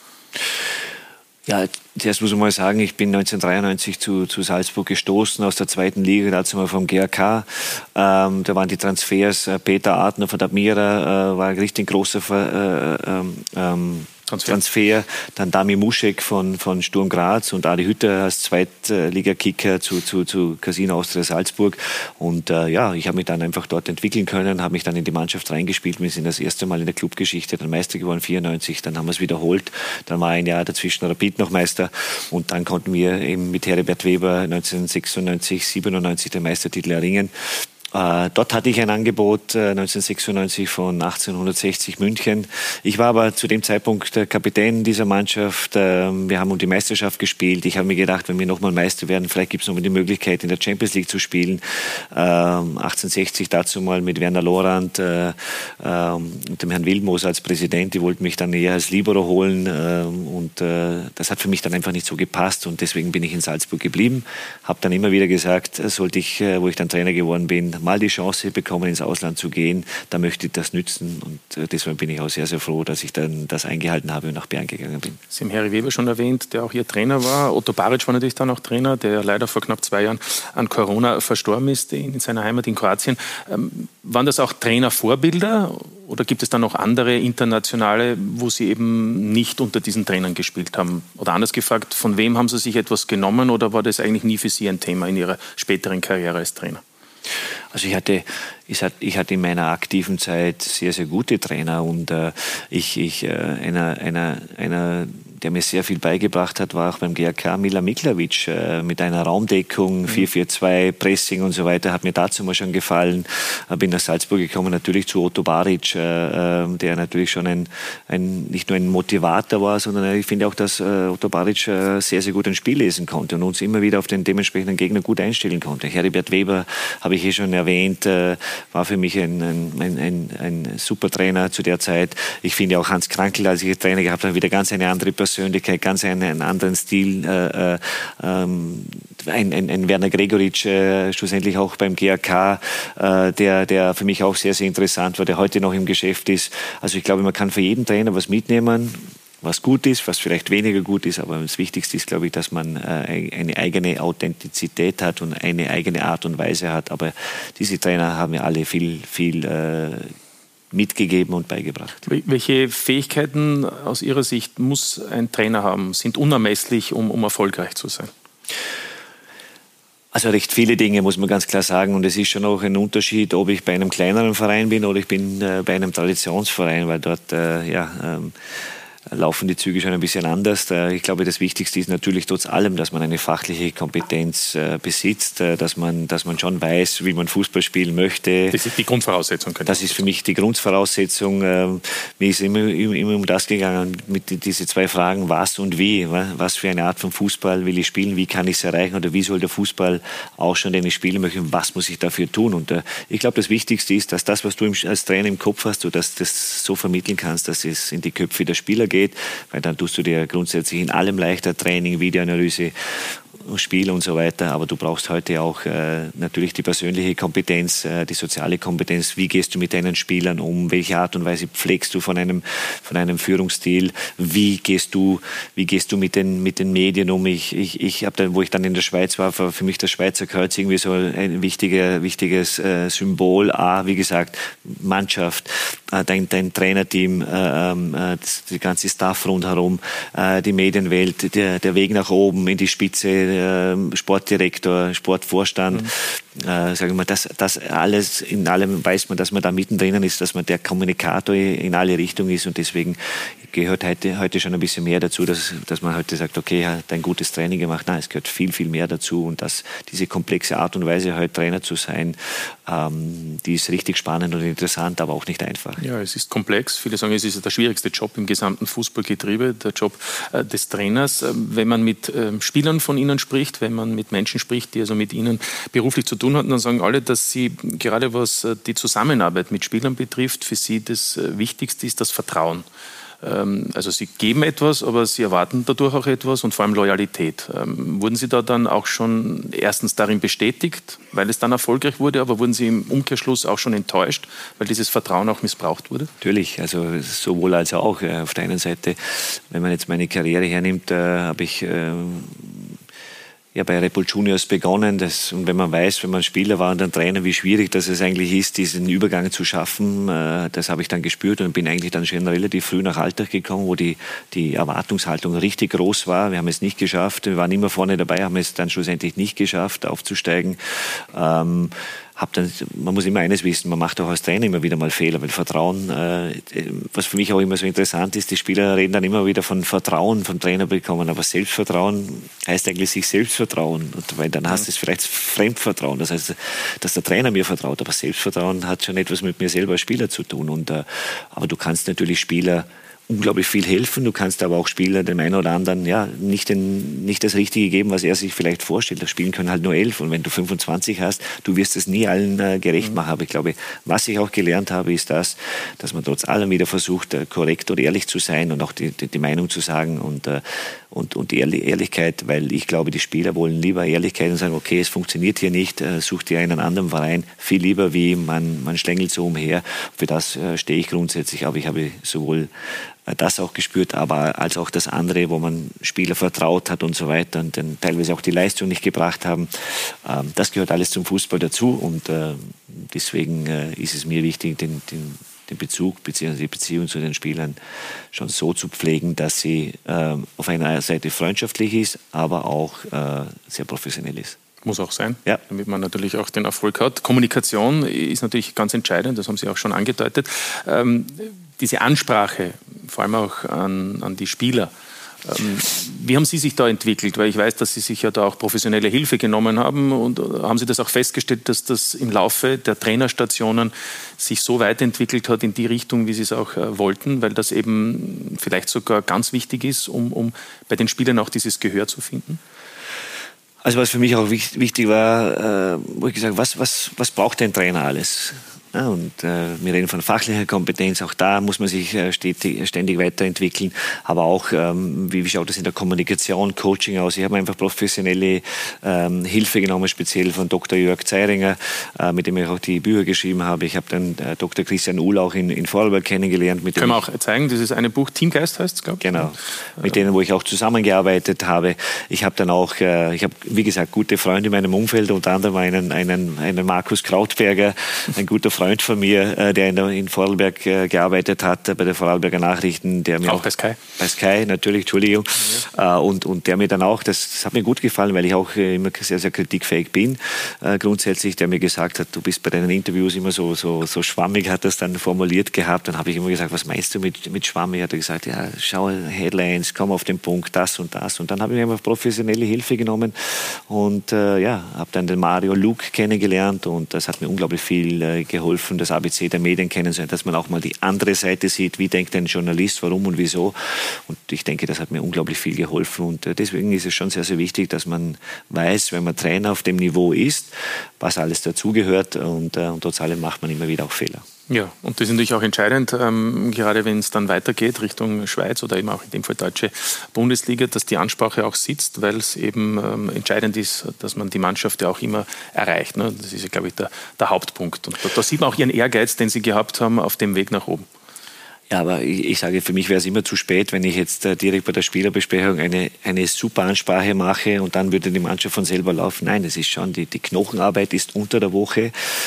Speaker 2: Ja, zuerst muss ich mal sagen, ich bin neunzehnhundertdreiundneunzig zu, zu Salzburg gestoßen aus der zweiten Liga, dazu mal vom G A K. Ähm, da waren die Transfers, äh, Peter Adner von Admira äh, war ein richtig großer äh, ähm, Transfer. Transfer. Dann Dami Muschek von, von Sturm Graz und Adi Hütter als Zweitligakicker zu, zu, zu Casino Austria Salzburg. Und äh, ja, ich habe mich dann einfach dort entwickeln können, habe mich dann in die Mannschaft reingespielt. Wir sind das erste Mal in der Clubgeschichte dann Meister geworden, vierundneunzig. Dann haben wir es wiederholt. Dann war ein Jahr dazwischen Rapid noch Meister. Und dann konnten wir eben mit Heribert Weber neunzehnhundertsechsundneunzig, siebenundneunzig den Meistertitel erringen. Äh, dort hatte ich ein Angebot äh, neunzehnhundertsechsundneunzig von achtzehnhundertsechzig München. Ich war aber zu dem Zeitpunkt der Kapitän dieser Mannschaft. Äh, wir haben um die Meisterschaft gespielt. Ich habe mir gedacht, wenn wir nochmal Meister werden, vielleicht gibt es nochmal die Möglichkeit, in der Champions League zu spielen. Äh, achtzehnhundertsechzig dazu mal mit Werner Lorand äh, äh, und dem Herrn Wildmoser als Präsident. Die wollten mich dann eher als Libero holen äh, und äh, das hat für mich dann einfach nicht so gepasst und deswegen bin ich in Salzburg geblieben. Habe dann immer wieder gesagt, sollte ich, äh, wo ich dann Trainer geworden bin, mal die Chance bekommen, ins Ausland zu gehen, da möchte ich das nützen und äh, deswegen bin ich auch sehr, sehr froh, dass ich dann das eingehalten habe und nach Bern gegangen bin.
Speaker 4: Sie haben Harry Weber schon erwähnt, der auch Ihr Trainer war. Otto Baric war natürlich dann auch Trainer, der leider vor knapp zwei Jahren an Corona verstorben ist in seiner Heimat in Kroatien. Ähm, waren das auch Trainervorbilder oder gibt es dann noch andere internationale, wo Sie eben nicht unter diesen Trainern gespielt haben? Oder anders gefragt, von wem haben Sie sich etwas genommen oder war das eigentlich nie für Sie ein Thema in Ihrer späteren Karriere als Trainer?
Speaker 2: Also ich hatte, ich hatte in meiner aktiven Zeit sehr, sehr gute Trainer und äh, ich, ich, äh, einer, einer, einer, der mir sehr viel beigebracht hat, war auch beim G A K Mila Miklavic äh, mit einer Raumdeckung, vier vier zwei, Pressing und so weiter, hat mir dazu mal schon gefallen. Äh, bin nach Salzburg gekommen, natürlich zu Otto Baric, äh, der natürlich schon ein, ein, nicht nur ein Motivator war, sondern ich finde auch, dass äh, Otto Baric äh, sehr, sehr gut ein Spiel lesen konnte und uns immer wieder auf den dementsprechenden Gegner gut einstellen konnte. Heribert Weber habe ich eh schon erwähnt, äh, war für mich ein, ein, ein, ein, ein super Trainer zu der Zeit. Ich finde auch Hans Krankl, als ich Trainer gehabt habe, wieder ganz eine andere Person. Persönlichkeit, ganz einen, einen anderen Stil. Äh, ähm, ein, ein, ein Werner Gregoritsch, äh, schlussendlich auch beim G A K, äh, der, der für mich auch sehr, sehr interessant war, der heute noch im Geschäft ist. Also ich glaube, man kann für jeden Trainer was mitnehmen, was gut ist, was vielleicht weniger gut ist, aber das Wichtigste ist, glaube ich, dass man äh, eine eigene Authentizität hat und eine eigene Art und Weise hat. Aber diese Trainer haben ja alle viel, viel äh, mitgegeben und beigebracht.
Speaker 4: Welche Fähigkeiten aus Ihrer Sicht muss ein Trainer haben, sind unermesslich, um, um erfolgreich zu sein?
Speaker 2: Also recht viele Dinge, muss man ganz klar sagen. Und es ist schon auch ein Unterschied, ob ich bei einem kleineren Verein bin oder ich bin äh, bei einem Traditionsverein, weil dort, äh, ja... Ähm, laufen die Züge schon ein bisschen anders. Ich glaube, das Wichtigste ist natürlich trotz allem, dass man eine fachliche Kompetenz besitzt, dass man, dass man schon weiß, wie man Fußball spielen möchte.
Speaker 4: Das ist die Grundvoraussetzung.
Speaker 2: Das ist für mich die Grundvoraussetzung. Mir ist immer, immer um das gegangen, mit diese zwei Fragen, was und wie. Was für eine Art von Fußball will ich spielen, wie kann ich es erreichen oder wie soll der Fußball ausschauen, den ich spielen möchte und was muss ich dafür tun. Und ich glaube, das Wichtigste ist, dass das, was du als Trainer im Kopf hast, du das, das so vermitteln kannst, dass es in die Köpfe der Spieler geht. Weil dann tust du dir grundsätzlich in allem leichter, Training, Videoanalyse, Spiel und so weiter. Aber du brauchst heute auch äh, natürlich die persönliche Kompetenz, äh, die soziale Kompetenz. Wie gehst du mit deinen Spielern um? Welche Art und Weise pflegst du von einem, von einem Führungsstil? Wie gehst du, wie gehst du mit den, mit den Medien um? Ich, ich, ich habe dann, wo ich dann in der Schweiz war, war für mich das Schweizer Kreuz irgendwie so ein wichtiger, wichtiges äh, Symbol. A, wie gesagt, Mannschaft, äh, dein, dein Trainerteam, äh, äh, das, die ganze Staff rundherum, äh, die Medienwelt, der, der Weg nach oben in die Spitze, Sportdirektor, Sportvorstand, mhm. äh, sagen wir, das, das alles, in allem weiß man, dass man da mittendrin ist, dass man der Kommunikator in alle Richtungen ist und deswegen gehört heute, heute schon ein bisschen mehr dazu, dass, dass man heute sagt, okay, hat ein gutes Training gemacht. Nein, es gehört viel, viel mehr dazu und dass diese komplexe Art und Weise, heute Trainer zu sein, ähm, die ist richtig spannend und interessant, aber auch nicht einfach.
Speaker 4: Ja, es ist komplex. Viele sagen, es ist der schwierigste Job im gesamten Fußballgetriebe, der Job äh, des Trainers. Wenn man mit äh, Spielern von ihnen spricht, wenn man mit Menschen spricht, die also mit ihnen beruflich zu tun hatten, dann sagen alle, dass sie gerade was die Zusammenarbeit mit Spielern betrifft, für sie das Wichtigste ist das Vertrauen. Also sie geben etwas, aber sie erwarten dadurch auch etwas und vor allem Loyalität. Wurden Sie da dann auch schon erstens darin bestätigt, weil es dann erfolgreich wurde, aber wurden Sie im Umkehrschluss auch schon enttäuscht, weil dieses Vertrauen auch missbraucht wurde?
Speaker 2: Natürlich, also sowohl als auch. Auf der einen Seite, wenn man jetzt meine Karriere hernimmt, habe ich ja bei Red Bull Juniors begonnen. Das, und wenn man weiß, wenn man Spieler war und dann Trainer, wie schwierig das es eigentlich ist, diesen Übergang zu schaffen, äh, das habe ich dann gespürt und bin eigentlich dann schon relativ früh nach Alltag gekommen, wo die, die Erwartungshaltung richtig groß war. Wir haben es nicht geschafft, wir waren immer vorne dabei, haben es dann schlussendlich nicht geschafft, aufzusteigen. Ähm, Hab dann, man muss immer eines wissen, man macht auch als Trainer immer wieder mal Fehler, weil Vertrauen, äh, was für mich auch immer so interessant ist, die Spieler reden dann immer wieder von Vertrauen vom Trainer bekommen, aber Selbstvertrauen heißt eigentlich sich selbst vertrauen, und weil dann hast du es vielleicht Fremdvertrauen, das heißt, dass der Trainer mir vertraut, aber Selbstvertrauen hat schon etwas mit mir selber als Spieler zu tun, und, äh, aber du kannst natürlich Spieler unglaublich viel helfen. Du kannst aber auch Spieler, dem einen oder anderen, ja, nicht, den, nicht das Richtige geben, was er sich vielleicht vorstellt. Das Spielen können halt nur elf. Und wenn du fünfundzwanzig hast, du wirst es nie allen äh, gerecht machen. Aber ich glaube, was ich auch gelernt habe, ist das, dass man trotz allem wieder versucht, äh, korrekt und ehrlich zu sein und auch die, die, die Meinung zu sagen und, äh, und, und die Ehrlichkeit, weil ich glaube, die Spieler wollen lieber Ehrlichkeit und sagen, okay, es funktioniert hier nicht, äh, such dir einen anderen Verein. Viel lieber, wie man, man schlängelt so umher. Für das äh, stehe ich grundsätzlich. Aber ich habe sowohl das auch gespürt, aber als auch das andere, wo man Spieler vertraut hat und so weiter und dann teilweise auch die Leistung nicht gebracht haben. Das gehört alles zum Fußball dazu, und deswegen ist es mir wichtig, den, den, den Bezug bzw. die Beziehung zu den Spielern schon so zu pflegen, dass sie auf einer Seite freundschaftlich ist, aber auch sehr professionell ist.
Speaker 4: Muss auch sein,
Speaker 2: ja,
Speaker 4: damit man natürlich auch den Erfolg hat. Kommunikation ist natürlich ganz entscheidend, das haben Sie auch schon angedeutet. Ähm, diese Ansprache, vor allem auch an, an die Spieler, ähm, wie haben Sie sich da entwickelt? Weil ich weiß, dass Sie sich ja da auch professionelle Hilfe genommen haben, und haben Sie das auch festgestellt, dass das im Laufe der Trainerstationen sich so weiterentwickelt hat in die Richtung, wie Sie es auch äh, wollten, weil das eben vielleicht sogar ganz wichtig ist, um, um bei den Spielern auch dieses Gehör zu finden?
Speaker 2: Also was für mich auch wichtig war, äh, wo ich gesagt habe, was, was, was braucht ein Trainer alles? Ja, und äh, wir reden von fachlicher Kompetenz, auch da muss man sich äh, stetig, ständig weiterentwickeln, aber auch, ähm, wie, wie schaut das in der Kommunikation, Coaching aus. Ich habe einfach professionelle ähm, Hilfe genommen, speziell von Doktor Jörg Zeiringer, äh, mit dem ich auch die Bücher geschrieben habe. Ich habe dann äh, Doktor Christian Uhl auch in, in Vorarlberg kennengelernt. Mit
Speaker 4: Können
Speaker 2: dem
Speaker 4: wir auch zeigen, das ist ein Buch, Teamgeist heißt es, glaube ich.
Speaker 2: Genau, mit denen, wo ich auch zusammengearbeitet habe. Ich habe dann auch, äh, ich habe, wie gesagt, gute Freunde in meinem Umfeld, unter anderem einen, einen, einen Markus Krautberger, ein guter Freund von mir, äh, der in, der, in Vorarlberg äh, gearbeitet hat, äh, bei der Vorarlberger Nachrichten. Der mir
Speaker 4: auch,
Speaker 2: auch
Speaker 4: bei Sky.
Speaker 2: Bei Sky, natürlich, Entschuldigung. Ja. Äh, und, und der mir dann auch, das, das hat mir gut gefallen, weil ich auch äh, immer sehr, sehr kritikfähig bin, äh, grundsätzlich, der mir gesagt hat, du bist bei deinen Interviews immer so, so, so schwammig, hat das dann formuliert gehabt. Dann habe ich immer gesagt, was meinst du mit, mit schwammig? Hat er gesagt, ja, schau Headlines, komm auf den Punkt, das und das. Und dann habe ich mir einfach professionelle Hilfe genommen und äh, ja, habe dann den Mario Luke kennengelernt und das hat mir unglaublich viel äh, geholfen, das A B C der Medien kennenzulernen, dass man auch mal die andere Seite sieht, wie denkt ein Journalist, warum und wieso. Und ich denke, das hat mir unglaublich viel geholfen und äh, deswegen ist es schon sehr, sehr wichtig, dass man weiß, wenn man Trainer auf dem Niveau ist, was alles dazugehört und, äh, und trotz allem macht man immer wieder auch Fehler.
Speaker 4: Ja, und das ist natürlich auch entscheidend, ähm, gerade wenn es dann weitergeht Richtung Schweiz oder eben auch in dem Fall deutsche Bundesliga, dass die Ansprache auch sitzt, weil es eben ähm, entscheidend ist, dass man die Mannschaft ja auch immer erreicht. Ne? Das ist ja, glaube ich, der, der Hauptpunkt. Und da, da sieht man auch ihren Ehrgeiz, den sie gehabt haben auf dem Weg nach oben.
Speaker 2: Ja, aber ich, ich sage, für mich wäre es immer zu spät, wenn ich jetzt äh, direkt bei der Spielerbesprechung eine, eine super Ansprache mache und dann würde die Mannschaft von selber laufen. Nein, das ist schon, die, die Knochenarbeit ist unter der Woche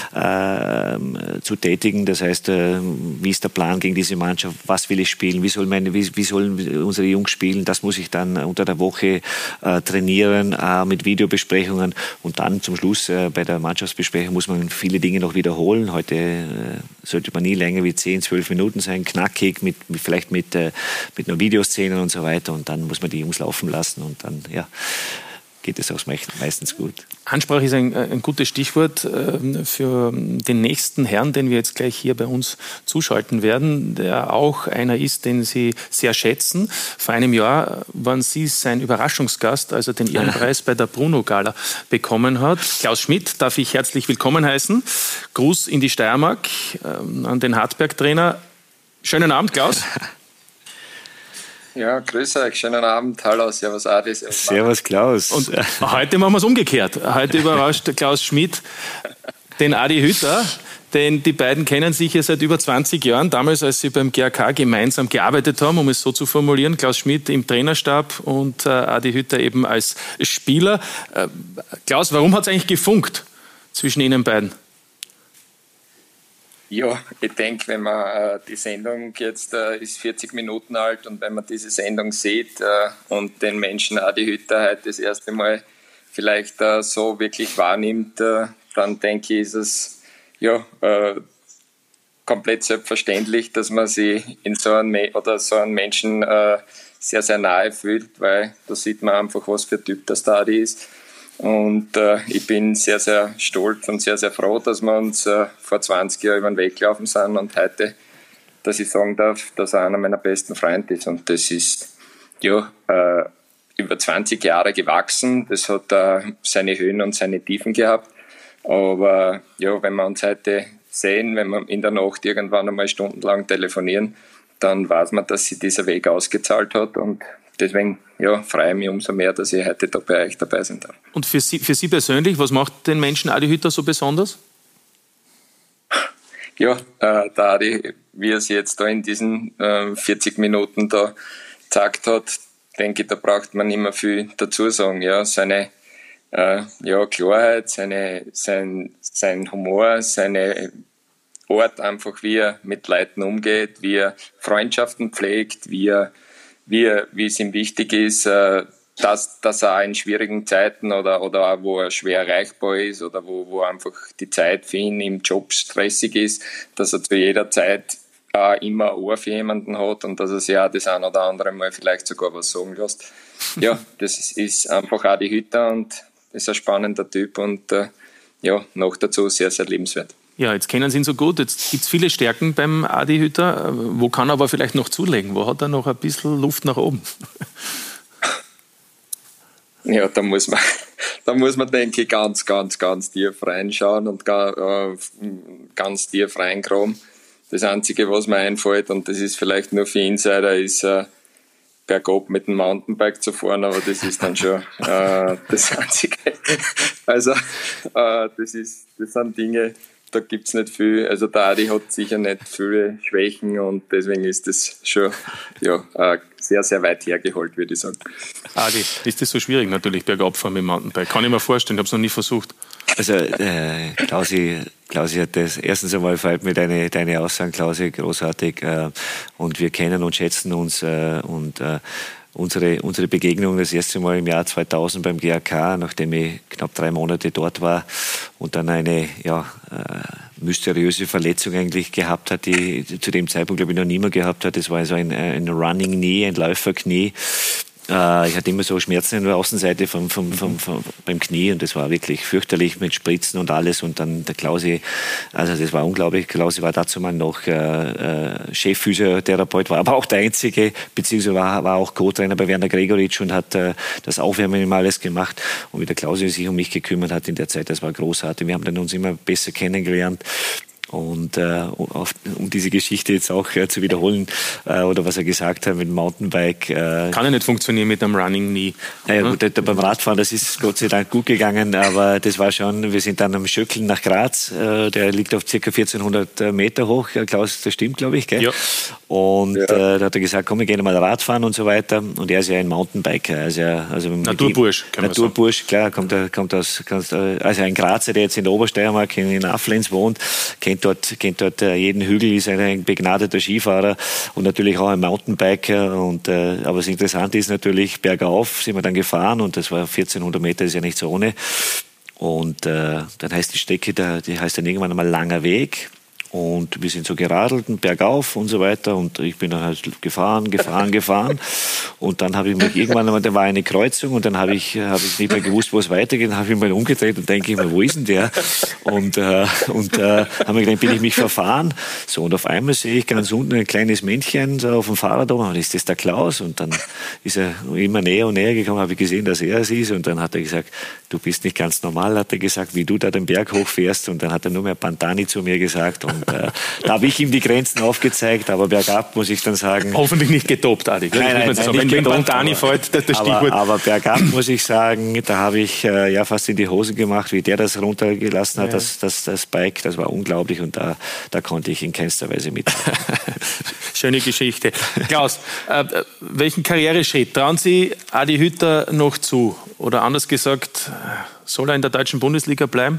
Speaker 2: äh, zu tätigen. Das heißt, äh, wie ist der Plan gegen diese Mannschaft? Was will ich spielen? Wie, soll meine, wie, wie sollen unsere Jungs spielen? Das muss ich dann unter der Woche äh, trainieren äh, mit Videobesprechungen und dann zum Schluss äh, bei der Mannschaftsbesprechung muss man viele Dinge noch wiederholen. Heute äh, sollte man nie länger wie zehn, zwölf Minuten sein, knack Mit, vielleicht mit, äh, mit nur Videoszenen und so weiter und dann muss man die Jungs laufen lassen und dann ja, geht es auch meistens gut.
Speaker 4: Ansprache ist ein, ein gutes Stichwort äh, für den nächsten Herrn, den wir jetzt gleich hier bei uns zuschalten werden, der auch einer ist, den Sie sehr schätzen. Vor einem Jahr waren Sie sein Überraschungsgast, als er den Ehrenpreis bei der Bruno-Gala bekommen hat. Klaus Schmidt darf ich herzlich willkommen heißen. Gruß in die Steiermark äh, an den Hartberg-Trainer. Schönen Abend, Klaus.
Speaker 8: Ja, grüß euch, schönen Abend. Hallo, servus Adi. Servus,
Speaker 2: servus Klaus.
Speaker 4: Und heute machen wir es umgekehrt. Heute überrascht Klaus Schmidt den Adi Hütter, denn die beiden kennen sich ja seit über zwanzig Jahren. Damals, als sie beim G A K gemeinsam gearbeitet haben, um es so zu formulieren. Klaus Schmidt im Trainerstab und äh, Adi Hütter eben als Spieler. Äh, Klaus, warum hat es eigentlich gefunkt zwischen Ihnen beiden?
Speaker 8: Ja, ich denke, wenn man äh, die Sendung jetzt äh, ist vierzig Minuten alt und wenn man diese Sendung sieht äh, und den Menschen Adi Hütter heute das erste Mal vielleicht äh, so wirklich wahrnimmt, äh, dann denke ich, ist es ja äh, komplett selbstverständlich, dass man sich in so einem Me- oder so einen Menschen äh, sehr, sehr nahe fühlt, weil da sieht man einfach, was für ein Typ das da Adi ist. Und äh, ich bin sehr, sehr stolz und sehr, sehr froh, dass wir uns äh, vor zwanzig Jahren über den Weg gelaufen sind und heute, dass ich sagen darf, dass er einer meiner besten Freunde ist. Und das ist ja äh, über zwanzig Jahre gewachsen. Das hat äh, seine Höhen und seine Tiefen gehabt. Aber ja, wenn wir uns heute sehen, wenn wir in der Nacht irgendwann einmal stundenlang telefonieren, dann weiß man, dass sich dieser Weg ausgezahlt hat. Und deswegen ja, freue ich mich umso mehr, dass ich heute da bei euch dabei sein darf.
Speaker 4: Und für Sie, für Sie persönlich, was macht den Menschen Adi Hütter so besonders?
Speaker 8: Ja, äh, der Adi, wie er es jetzt da in diesen äh, vierzig Minuten da gezeigt hat, denke ich, da braucht man nicht mehr viel dazu sagen. Ja, seine äh, ja, Klarheit, seine, sein, sein Humor, seine Art einfach, wie er mit Leuten umgeht, wie er Freundschaften pflegt, wie er Wie, wie es ihm wichtig ist, dass, dass er in schwierigen Zeiten oder, oder auch wo er schwer erreichbar ist oder wo, wo einfach die Zeit für ihn im Job stressig ist, dass er zu jeder Zeit äh, immer ein Ohr für jemanden hat und dass er sich auch das ein oder andere Mal vielleicht sogar was sagen lässt. Ja, das ist, ist einfach Adi Hütter und ist ein spannender Typ und äh, ja, noch dazu sehr, sehr liebenswert.
Speaker 4: Ja, jetzt kennen Sie ihn so gut, jetzt gibt es viele Stärken beim Adi Hütter. Wo kann er aber vielleicht noch zulegen? Wo hat er noch ein bisschen Luft nach oben?
Speaker 8: Ja, da muss man, da muss man, denke ich, ganz, ganz, ganz tief reinschauen und ga, äh, ganz tief reingraben. Das Einzige, was mir einfällt, und das ist vielleicht nur für Insider, ist äh, bergab mit dem Mountainbike zu fahren, aber das ist dann schon äh, das Einzige. Also äh, das, ist, das sind Dinge, da gibt es nicht viel. Also der Adi hat sicher nicht viele Schwächen und deswegen ist das schon ja, äh, sehr, sehr weit hergeholt, würde ich sagen.
Speaker 4: Adi, ist das so schwierig natürlich, bergab fahren mit dem Mountainbike? Kann ich mir vorstellen, ich habe es noch nie versucht.
Speaker 2: Also äh, Klausi, Klausi hat das, erstens einmal gefällt mir deine, deine Aussagen, Klausi, großartig. Äh, und wir kennen und schätzen uns äh, und äh, Unsere, unsere Begegnung das erste Mal im Jahr zweitausend beim G A K, nachdem ich knapp drei Monate dort war und dann eine ja, äh, mysteriöse Verletzung eigentlich gehabt hat, die zu dem Zeitpunkt, glaube ich, noch niemand gehabt hat. Das war also ein, ein Running Knee, ein Läuferknie. Äh, ich hatte immer so Schmerzen an der Außenseite vom, vom, vom, vom, beim Knie und das war wirklich fürchterlich mit Spritzen und alles. Und dann der Klausi, also das war unglaublich. Klausi war dazu mal noch äh, äh, Chefphysiotherapeut, war aber auch der Einzige, beziehungsweise war, war auch Co-Trainer bei Werner Gregoritsch und hat äh, das Aufwärmen immer alles gemacht. Und wie der Klausi sich um mich gekümmert hat in der Zeit, das war großartig. Wir haben dann uns immer besser kennengelernt. Und äh, auf, um diese Geschichte jetzt auch äh, zu wiederholen, äh, oder was er gesagt hat mit dem Mountainbike. Äh,
Speaker 4: Kann ja nicht funktionieren mit einem Running Knee.
Speaker 2: Naja, gut, da, beim Radfahren, das ist Gott sei Dank gut gegangen, aber das war schon, wir sind dann am Schöckeln nach Graz, äh, der liegt auf ca. vierzehnhundert Meter hoch, Klaus, das stimmt, glaube ich, gell? Ja. Und ja. Äh, da hat er gesagt, komm, wir gehen mal Radfahren und so weiter. Und er ist ja ein Mountainbiker, also, also
Speaker 4: Naturbursch, kann man
Speaker 2: Naturbursch, sagen. Klar, kommt, er, kommt aus, also ein Grazer, der jetzt in der Obersteiermark in, in Afflenz wohnt, kennt dort, kennt dort jeden Hügel, ist ein begnadeter Skifahrer und natürlich auch ein Mountainbiker. Und, äh, aber das Interessante ist natürlich, bergauf sind wir dann gefahren und das war vierzehnhundert Meter, ist ja nicht so ohne. Und äh, dann heißt die Strecke, die heißt dann irgendwann einmal Langer Weg. Und wir sind so geradelt, bergauf und so weiter. Und ich bin dann halt gefahren, gefahren, gefahren. Und dann habe ich mich irgendwann einmal, da war eine Kreuzung und dann habe ich, habe ich nicht mehr gewusst, wo es weitergeht. Dann habe ich mal umgedreht und denke ich mir, wo ist denn der? Und, äh, und äh, habe mir gedacht, bin ich mich verfahren. So, und auf einmal sehe ich ganz unten ein kleines Männchen so auf dem Fahrrad oben. Und ist das der Klaus? Und dann ist er immer näher und näher gekommen, habe ich gesehen, dass er es ist. Und dann hat er gesagt, du bist nicht ganz normal, hat er gesagt, wie du da den Berg hochfährst. Und dann hat er nur mehr Pantani zu mir gesagt. Und äh, da habe ich ihm die Grenzen aufgezeigt, aber bergab muss ich dann sagen...
Speaker 4: Hoffentlich nicht getobt, Adi.
Speaker 2: Nein, nein, nein,
Speaker 4: wenn wenn Pantani fällt, das, das
Speaker 2: aber,
Speaker 4: Stichwort.
Speaker 2: Aber bergab muss ich sagen, da habe ich äh, ja fast in die Hose gemacht, wie der das runtergelassen hat, ja. das, das, das Bike, das war unglaublich und da, da konnte ich in keinster Weise mit.
Speaker 4: Schöne Geschichte. Klaus, äh, welchen Karriereschritt trauen Sie Adi Hütter noch zu? Oder anders gesagt, soll er in der deutschen Bundesliga bleiben?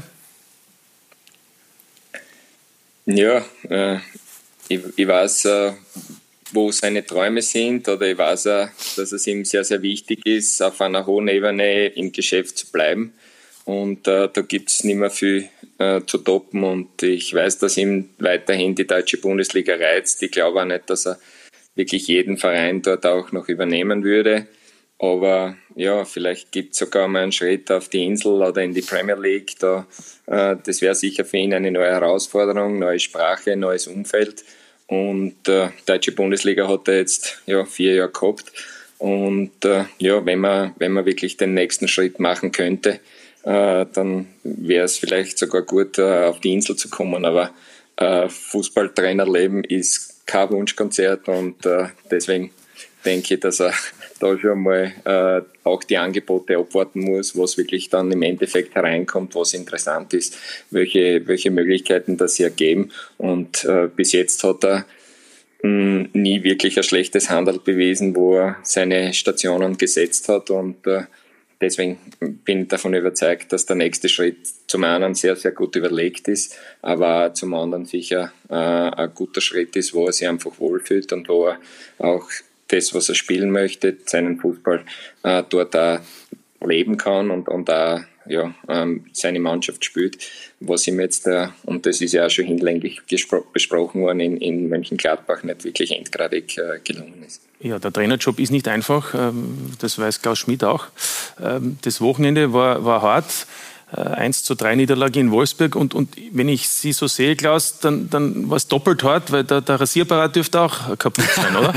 Speaker 8: Ja, äh, ich, ich weiß, äh, wo seine Träume sind oder ich weiß auch, dass es ihm sehr, sehr wichtig ist, auf einer hohen Ebene im Geschäft zu bleiben. Und äh, da gibt es nicht mehr viel äh, zu toppen und ich weiß, dass ihm weiterhin die deutsche Bundesliga reizt. Ich glaube auch nicht, dass er wirklich jeden Verein dort auch noch übernehmen würde. Aber ja, vielleicht gibt es sogar mal einen Schritt auf die Insel oder in die Premier League. Da, äh, das wäre sicher für ihn eine neue Herausforderung, neue Sprache, neues Umfeld. Und äh, die deutsche Bundesliga hat er jetzt ja, vier Jahre gehabt. Und äh, ja, wenn man, wenn man wirklich den nächsten Schritt machen könnte, äh, dann wäre es vielleicht sogar gut, äh, auf die Insel zu kommen. Aber äh, Fußballtrainerleben ist kein Wunschkonzert und äh, deswegen denke ich, dass er da schon mal äh, auch die Angebote abwarten muss, was wirklich dann im Endeffekt hereinkommt, was interessant ist, welche, welche Möglichkeiten das hier geben. Und äh, bis jetzt hat er mh, nie wirklich ein schlechtes Handel bewiesen, wo er seine Stationen gesetzt hat. Und äh, deswegen bin ich davon überzeugt, dass der nächste Schritt zum einen sehr, sehr gut überlegt ist, aber zum anderen sicher äh, ein guter Schritt ist, wo er sich einfach wohlfühlt und wo er auch das, was er spielen möchte, seinen Fußball äh, dort auch leben kann und, und auch ja, ähm, seine Mannschaft spielt, was ihm jetzt, äh, und das ist ja auch schon hinlänglich gespro- besprochen worden, in, in Mönchengladbach nicht wirklich endgradig äh, gelungen ist.
Speaker 4: Ja, der Trainerjob ist nicht einfach, ähm, das weiß Klaus Schmidt auch. Ähm, das Wochenende war, war hart. eins zu drei Niederlage in Wolfsburg. Und, und wenn ich Sie so sehe, Klaus, dann, dann war es doppelt hart, weil der, der Rasierapparat dürfte auch kaputt sein, oder?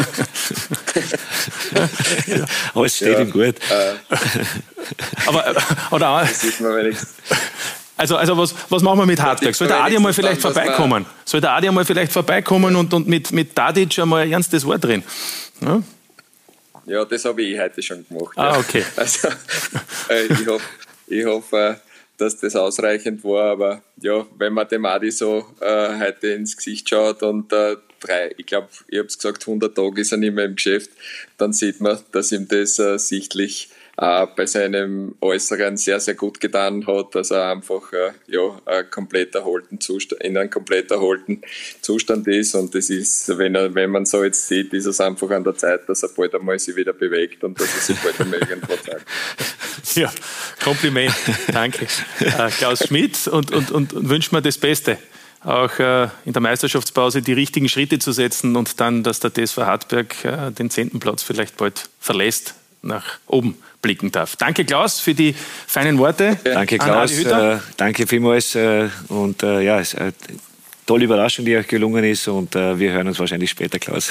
Speaker 2: ja. Aber es steht ja, ihm gut. Äh,
Speaker 4: Aber, oder auch,
Speaker 8: das ist mir wenigstens.
Speaker 4: Also, also was, was machen wir mit Hartberg? Soll der Adi einmal vielleicht dann, vorbeikommen? Soll der Adi einmal vielleicht vorbeikommen und, und mit, mit Tadic einmal ein ernstes Wort reden? Ja,
Speaker 8: ja das habe ich heute schon gemacht.
Speaker 4: Ah,
Speaker 8: ja.
Speaker 4: okay.
Speaker 8: Also, äh, ich hoffe, ich hoffe, dass das ausreichend war, aber ja, wenn man dem Adi so äh, heute ins Gesicht schaut und äh, drei, ich glaube, ich habe es gesagt, hundert Tage ist er nicht mehr im Geschäft, dann sieht man, dass ihm das äh, sichtlich äh, bei seinem Äußeren sehr, sehr gut getan hat, dass er einfach äh, ja, ein komplett erholten Zustand, in einem komplett erholten Zustand ist, und das ist, wenn, er, wenn man so jetzt sieht, ist es einfach an der Zeit, dass er bald einmal sich wieder bewegt und dass er sich bald einmal irgendwo zeigt.
Speaker 4: Ja, Kompliment, danke. Äh, Klaus Schmidt, und, und, und, und wünscht mir das Beste. Auch äh, in der Meisterschaftspause die richtigen Schritte zu setzen und dann, dass der T S V Hartberg äh, den zehnten Platz vielleicht bald verlässt, nach oben blicken darf. Danke, Klaus, für die feinen Worte.
Speaker 2: Ja. Danke, Klaus. Äh, danke vielmals. Äh, und äh, ja, es ist eine tolle Überraschung, die euch gelungen ist. Und äh, wir hören uns wahrscheinlich später, Klaus.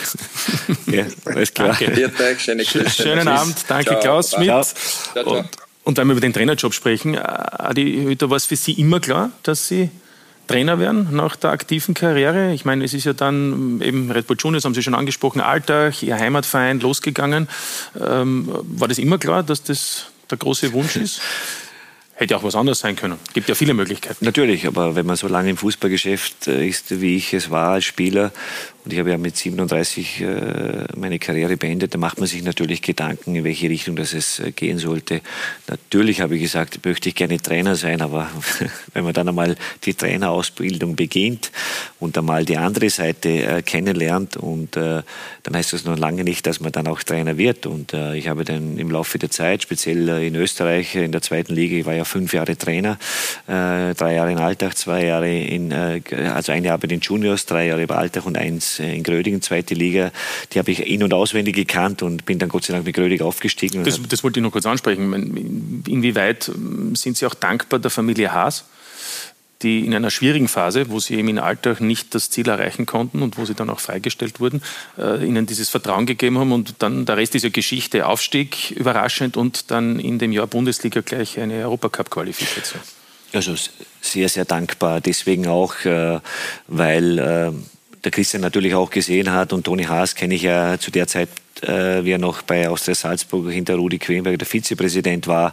Speaker 2: Ja, alles klar.
Speaker 4: Danke. Schönen Abend. Danke, ciao. Klaus Schmidt. Ciao. Ciao, ciao. Und, und wenn wir über den Trainerjob sprechen, Adi Hütter, war es für Sie immer klar, dass Sie Trainer werden nach der aktiven Karriere? Ich meine, es ist ja dann eben Red Bull Juniors, haben Sie schon angesprochen, Alltag, Ihr Heimatverein, losgegangen. Ähm, war das immer klar, dass das der große Wunsch ist? Hätte auch was anderes sein können. Gibt ja viele Möglichkeiten.
Speaker 2: Natürlich, aber wenn man so lange im Fußballgeschäft ist, wie ich es war als Spieler, und ich habe ja mit siebenunddreißig äh, meine Karriere beendet, da macht man sich natürlich Gedanken, in welche Richtung das es äh, gehen sollte. Natürlich habe ich gesagt, möchte ich gerne Trainer sein, aber wenn man dann einmal die Trainerausbildung beginnt und einmal die andere Seite äh, kennenlernt, und äh, dann heißt das noch lange nicht, dass man dann auch Trainer wird. Und äh, ich habe dann im Laufe der Zeit, speziell äh, in Österreich, in der zweiten Liga, ich war ja fünf Jahre Trainer, äh, drei Jahre in Alltag, zwei Jahre in, äh, also ein Jahr bei den Juniors, drei Jahre bei Alltag und eins in Grödingen, zweite Liga. Die habe ich in- und auswendig gekannt und bin dann Gott sei Dank mit Gröding aufgestiegen.
Speaker 4: Das, das wollte ich noch kurz ansprechen. Inwieweit sind Sie auch dankbar der Familie Haas, die in einer schwierigen Phase, wo sie eben in Alltag nicht das Ziel erreichen konnten und wo sie dann auch freigestellt wurden, äh, ihnen dieses Vertrauen gegeben haben, und dann der Rest dieser Geschichte, Aufstieg überraschend und dann in dem Jahr Bundesliga gleich eine Europacup-Qualifikation?
Speaker 2: Also sehr, sehr dankbar. Deswegen auch, äh, weil äh, der Christian natürlich auch gesehen hat, und Toni Haas kenne ich ja zu der Zeit, äh, wie er noch bei Austria Salzburg hinter Rudi Quenberg der Vizepräsident war.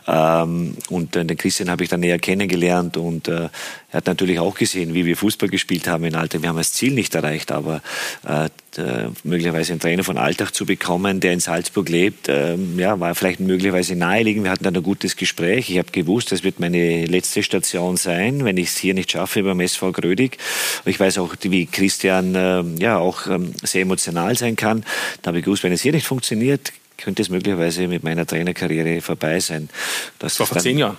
Speaker 2: Ähm, und äh, den Christian habe ich dann näher kennengelernt, und äh, er hat natürlich auch gesehen, wie wir Fußball gespielt haben in Alltag. Wir haben das Ziel nicht erreicht, aber äh, d- möglicherweise einen Trainer von Alltag zu bekommen, der in Salzburg lebt, äh, ja, war vielleicht möglicherweise naheliegend. Wir hatten dann ein gutes Gespräch. Ich habe gewusst, das wird meine letzte Station sein, wenn ich es hier nicht schaffe beim S V Grödig. Ich weiß auch, wie Christian äh, ja auch ähm, sehr emotional sein kann. Da habe ich gewusst, wenn es hier nicht funktioniert, könnte es möglicherweise mit meiner Trainerkarriere vorbei sein.
Speaker 4: Das war vor zehn Jahren.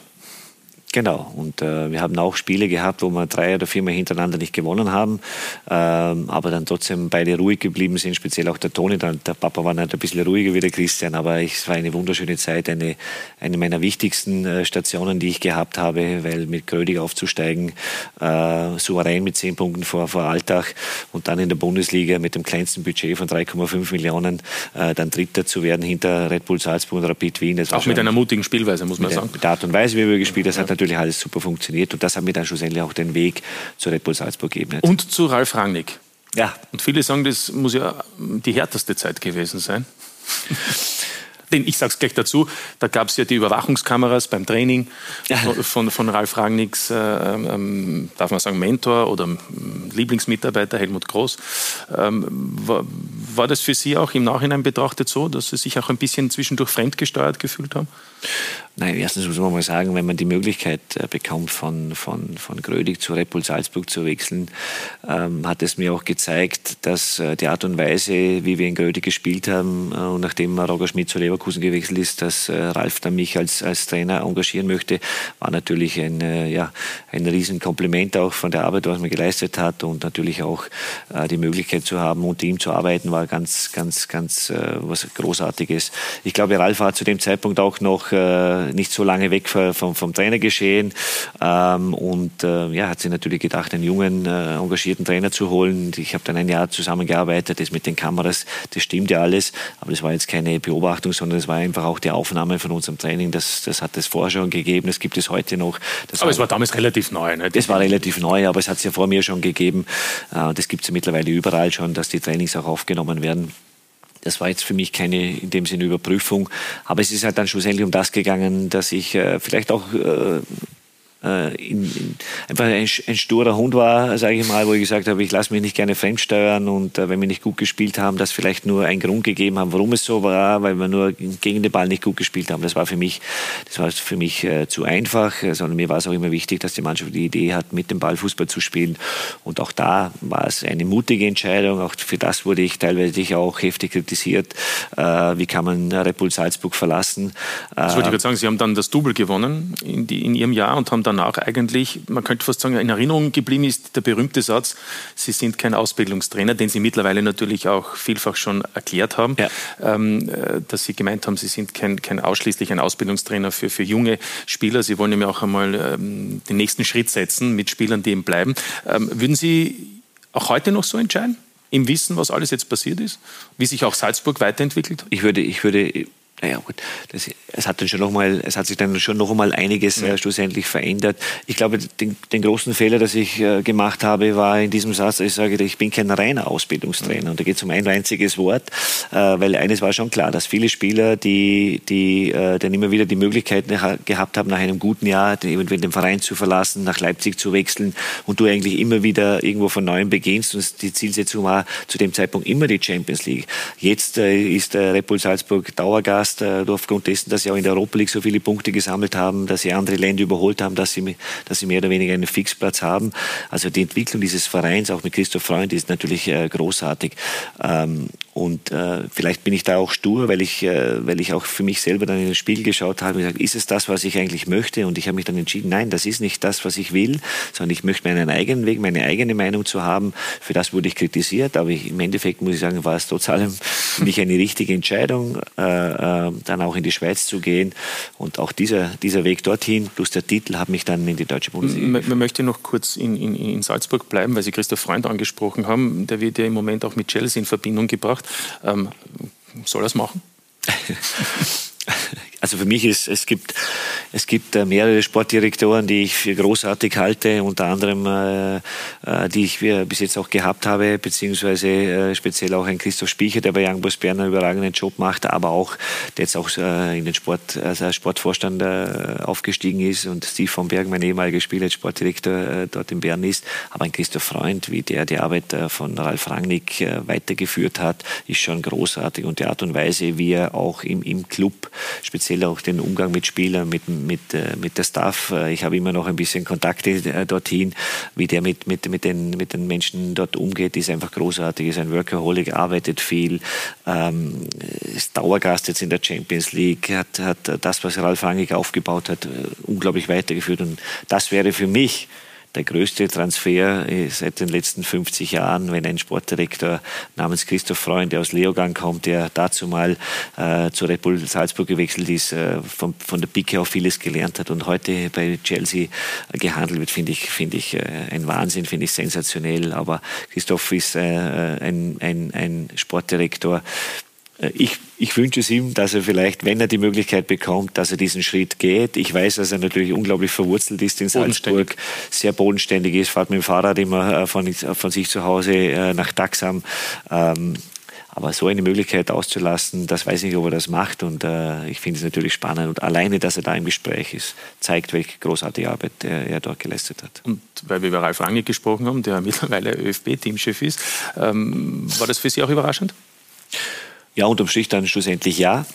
Speaker 2: Genau, und äh, wir haben auch Spiele gehabt, wo wir drei oder viermal hintereinander nicht gewonnen haben, ähm, aber dann trotzdem beide ruhig geblieben sind, speziell auch der Toni. Der Papa war halt ein bisschen ruhiger wie der Christian, aber es war eine wunderschöne Zeit, eine, eine meiner wichtigsten äh, Stationen, die ich gehabt habe, weil mit Grödig aufzusteigen, äh, souverän mit zehn Punkten vor, vor Alltag, und dann in der Bundesliga mit dem kleinsten Budget von drei Komma fünf Millionen, äh, dann Dritter zu werden hinter Red Bull Salzburg und Rapid Wien. Das
Speaker 4: auch mit einer mutigen Spielweise, muss man sagen.
Speaker 2: Mit der Art und Weise, wie wir gespielt haben, das hat natürlich alles super funktioniert, und das hat mir dann schlussendlich auch den Weg zu Red Bull Salzburg gegeben.
Speaker 4: Und zu Ralf Rangnick.
Speaker 2: Ja.
Speaker 4: Und viele sagen, das muss ja die härteste Zeit gewesen sein. Denn ich sage es gleich dazu, da gab es ja die Überwachungskameras beim Training von, von, von Ralf Rangnicks, äh, ähm, darf man sagen, Mentor oder ähm, Lieblingsmitarbeiter Helmut Groß. Ähm, war, war das für Sie auch im Nachhinein betrachtet so, dass Sie sich auch ein bisschen zwischendurch fremdgesteuert gefühlt haben?
Speaker 2: Nein, erstens muss man mal sagen, wenn man die Möglichkeit äh, bekommt, von, von, von Grödig zu Red Bull Salzburg zu wechseln, ähm, hat es mir auch gezeigt, dass äh, die Art und Weise, wie wir in Grödig gespielt haben, äh, und nachdem Roger Schmidt zu Leverkusen gewechselt ist, dass äh, Ralf dann mich als, als Trainer engagieren möchte, war natürlich ein, äh, ja, ein riesen Kompliment auch von der Arbeit, was man geleistet hat, und natürlich auch äh, die Möglichkeit zu haben, unter ihm zu arbeiten, war ganz, ganz, ganz äh, was Großartiges. Ich glaube, Ralf war zu dem Zeitpunkt auch noch äh, nicht so lange weg vom, vom Trainergeschehen ähm, und äh, ja, hat sich natürlich gedacht, einen jungen, äh, engagierten Trainer zu holen. Ich habe dann ein Jahr zusammengearbeitet, das mit den Kameras, das stimmt ja alles, aber das war jetzt keine Beobachtung, sondern es war einfach auch die Aufnahme von unserem Training. Das, das hat es vorher schon gegeben, das gibt es heute noch. Das
Speaker 4: aber
Speaker 2: war,
Speaker 4: es war damals relativ neu. Ne?
Speaker 2: Das war relativ neu, aber es hat es ja vor mir schon gegeben. Äh, das gibt es ja mittlerweile überall schon, dass die Trainings auch aufgenommen werden. Das war jetzt für mich keine in dem Sinne Überprüfung, aber es ist halt dann schlussendlich um das gegangen, dass ich äh, vielleicht auch äh, In, in, einfach ein, ein sturer Hund war, sage ich mal, wo ich gesagt habe, ich lasse mich nicht gerne fremdsteuern und äh, wenn wir nicht gut gespielt haben, das vielleicht nur einen Grund gegeben haben, warum es so war, weil wir nur gegen den Ball nicht gut gespielt haben. Das war für mich, das war für mich äh, zu einfach, sondern mir war es auch immer wichtig, dass die Mannschaft die Idee hat, mit dem Ball Fußball zu spielen. Und auch da war es eine mutige Entscheidung. Auch für das wurde ich teilweise auch heftig kritisiert. Äh, wie kann man Red Bull Salzburg verlassen?
Speaker 4: Das wollte ich gerade sagen, Sie haben dann das Double gewonnen in, die, in Ihrem Jahr und haben dann danach eigentlich, man könnte fast sagen, in Erinnerung geblieben ist der berühmte Satz, Sie sind kein Ausbildungstrainer, den Sie mittlerweile natürlich auch vielfach schon erklärt haben, ja. ähm, dass Sie gemeint haben, Sie sind kein, kein ausschließlich ein Ausbildungstrainer für, für junge Spieler. Sie wollen ja auch einmal ähm, den nächsten Schritt setzen mit Spielern, die eben bleiben. Ähm, würden Sie auch heute noch so entscheiden, im Wissen, was alles jetzt passiert ist, wie sich auch Salzburg weiterentwickelt hat?
Speaker 2: Ich würde, ich würde Naja gut, das, es, hat dann schon noch mal, es hat sich dann schon noch mal einiges äh, schlussendlich verändert. Ich glaube, den, den großen Fehler, das ich äh, gemacht habe, war in diesem Satz, dass ich sage, ich bin kein reiner Ausbildungstrainer. Und da geht es um ein einziges Wort, äh, weil eines war schon klar, dass viele Spieler, die, die äh, dann immer wieder die Möglichkeit gehabt haben, nach einem guten Jahr den, eventuell den Verein zu verlassen, nach Leipzig zu wechseln und du eigentlich immer wieder irgendwo von Neuem beginnst. Und die Zielsetzung war zu dem Zeitpunkt immer die Champions League. Jetzt äh, ist der Red Bull Salzburg Dauergast, aufgrund dessen, dass sie auch in der Europa League so viele Punkte gesammelt haben, dass sie andere Länder überholt haben, dass sie, dass sie mehr oder weniger einen Fixplatz haben. Also die Entwicklung dieses Vereins, auch mit Christoph Freund, ist natürlich äh, großartig. Ähm, und äh, vielleicht bin ich da auch stur, weil ich, äh, weil ich auch für mich selber dann in den Spiegel geschaut habe und gesagt, ist es das, was ich eigentlich möchte? Und ich habe mich dann entschieden, nein, das ist nicht das, was ich will, sondern ich möchte meinen eigenen Weg, meine eigene Meinung zu haben. Für das wurde ich kritisiert, aber ich, im Endeffekt muss ich sagen, war es trotz allem für mich eine richtige Entscheidung, äh, äh, dann auch in die Schweiz zu gehen. Und auch dieser, dieser Weg dorthin, plus der Titel, hat mich dann in die deutsche Bundesliga geführt.
Speaker 4: Man möchte noch kurz in, in, in Salzburg bleiben, weil Sie Christoph Freund angesprochen haben. Der wird ja im Moment auch mit Chelsea in Verbindung gebracht. Ähm, soll er es machen?
Speaker 2: Also für mich ist, es gibt, es gibt mehrere Sportdirektoren, die ich für großartig halte, unter anderem, äh, die ich bis jetzt auch gehabt habe, beziehungsweise äh, speziell auch ein Christoph Spiecher, der bei Young Boys Bern einen überragenden Job macht, aber auch, der jetzt auch äh, in den Sport, also Sportvorstand äh, aufgestiegen ist und Steve von Berg, mein ehemaliger Spieler, Sportdirektor äh, dort in Bern ist, aber ein Christoph Freund, wie der die Arbeit äh, von Ralf Rangnick äh, weitergeführt hat, ist schon großartig und die Art und Weise, wie er auch im, im Club, speziell auch den Umgang mit Spielern, mit, mit, mit der Staff. Ich habe immer noch ein bisschen Kontakte dorthin, wie der mit, mit, mit, den, mit den Menschen dort umgeht, ist einfach großartig, ist ein Workaholic, arbeitet viel, ähm, ist Dauergast jetzt in der Champions League, hat, hat das, was Ralf Rangnick aufgebaut hat, unglaublich weitergeführt und das wäre für mich der größte Transfer seit den letzten fünfzig Jahren, wenn ein Sportdirektor namens Christoph Freund, der aus Leogang kommt, der dazu mal äh, zu Red Bull Salzburg gewechselt ist, äh, von, von der Pike auf vieles gelernt hat und heute bei Chelsea gehandelt wird, finde ich, finde ich äh, ein Wahnsinn, finde ich sensationell. Aber Christoph ist äh, ein, ein, ein Sportdirektor. Ich, ich wünsche es ihm, dass er vielleicht, wenn er die Möglichkeit bekommt, dass er diesen Schritt geht. Ich weiß, dass er natürlich unglaublich verwurzelt ist in Salzburg, sehr bodenständig ist, fährt mit dem Fahrrad immer von, von sich zu Hause nach Daxam. Aber so eine Möglichkeit auszulassen, das weiß ich nicht, ob er das macht. Und äh, ich finde es natürlich spannend. Und alleine, dass er da im Gespräch ist, zeigt, welche großartige Arbeit er, er dort geleistet hat.
Speaker 4: Und weil wir über Ralf Rangnick gesprochen haben, der mittlerweile ÖFB-Teamchef ist, ähm, war das für Sie auch überraschend?
Speaker 2: Ja, unterm Strich dann schlussendlich ja,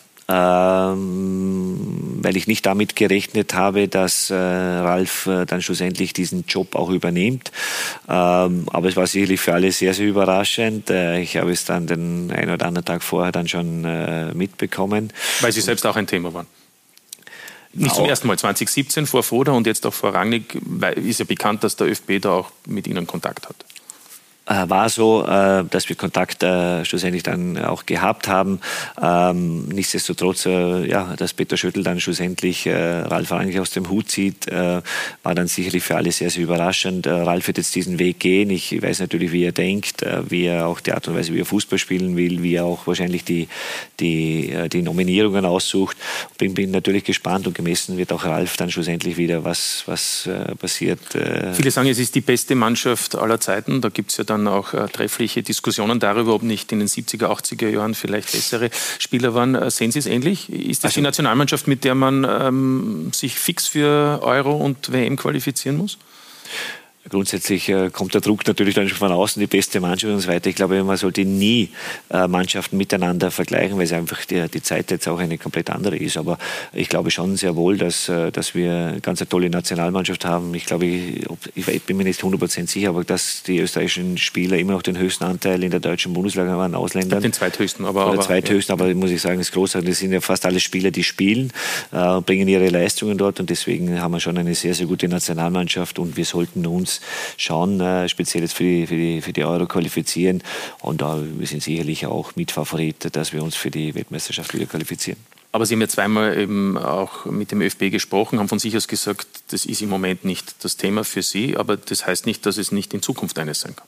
Speaker 2: ähm, weil ich nicht damit gerechnet habe, dass äh, Ralf äh, dann schlussendlich diesen Job auch übernimmt. Ähm, aber es war sicherlich für alle sehr, sehr überraschend. Äh, ich habe es dann den einen oder anderen Tag vorher dann schon äh, mitbekommen.
Speaker 4: Weil Sie selbst auch ein Thema waren. Nicht zum ersten Mal, zwanzig siebzehn vor Foda und jetzt auch vor Rangnick, weil ist ja bekannt, dass der ÖFB da auch mit Ihnen Kontakt hat.
Speaker 2: war so, dass wir Kontakt schlussendlich dann auch gehabt haben. Nichtsdestotrotz, ja, dass Peter Schöttl dann schlussendlich Ralf Rangnick aus dem Hut zieht, war dann sicherlich für alle sehr, sehr überraschend. Ralf wird jetzt diesen Weg gehen. Ich weiß natürlich, wie er denkt, wie er auch die Art und Weise, wie er Fußball spielen will, wie er auch wahrscheinlich die, die, die Nominierungen aussucht. Bin, bin natürlich gespannt und gemessen wird auch Ralf dann schlussendlich wieder, was, was passiert.
Speaker 4: Viele sagen, es ist die beste Mannschaft aller Zeiten. Da gibt es ja dann auch äh, treffliche Diskussionen darüber, ob nicht in den siebziger, achtziger Jahren vielleicht bessere Spieler waren. Äh, sehen Sie es ähnlich? Ist das also die Nationalmannschaft, mit der man ähm, sich fix für Euro und W M qualifizieren muss?
Speaker 2: Grundsätzlich äh, kommt der Druck natürlich dann schon von außen, die beste Mannschaft und so weiter. Ich glaube, man sollte nie äh, Mannschaften miteinander vergleichen, weil es einfach die, die Zeit jetzt auch eine komplett andere ist. Aber ich glaube schon sehr wohl, dass, äh, dass wir eine ganz eine tolle Nationalmannschaft haben. Ich glaube, ich, ob, ich bin mir nicht hundert Prozent sicher, aber dass die österreichischen Spieler immer noch den höchsten Anteil in der deutschen Bundesliga haben an Ausländern.
Speaker 4: Den zweithöchsten. Aber,
Speaker 2: Oder
Speaker 4: aber,
Speaker 2: zweithöchsten, ja. Aber muss ich sagen, das ist großartig. Das sind ja fast alle Spieler, die spielen, äh, bringen ihre Leistungen dort und deswegen haben wir schon eine sehr, sehr gute Nationalmannschaft und wir sollten uns schauen, äh, speziell jetzt für die, für die, für die Euro qualifizieren. Und da äh, wir sind sicherlich auch Mitfavorit, dass wir uns für die Weltmeisterschaft wieder qualifizieren.
Speaker 4: Aber Sie haben ja zweimal eben auch mit dem ÖFB gesprochen, haben von sich aus gesagt, das ist im Moment nicht das Thema für Sie, aber das heißt nicht, dass es nicht in Zukunft eines sein kann.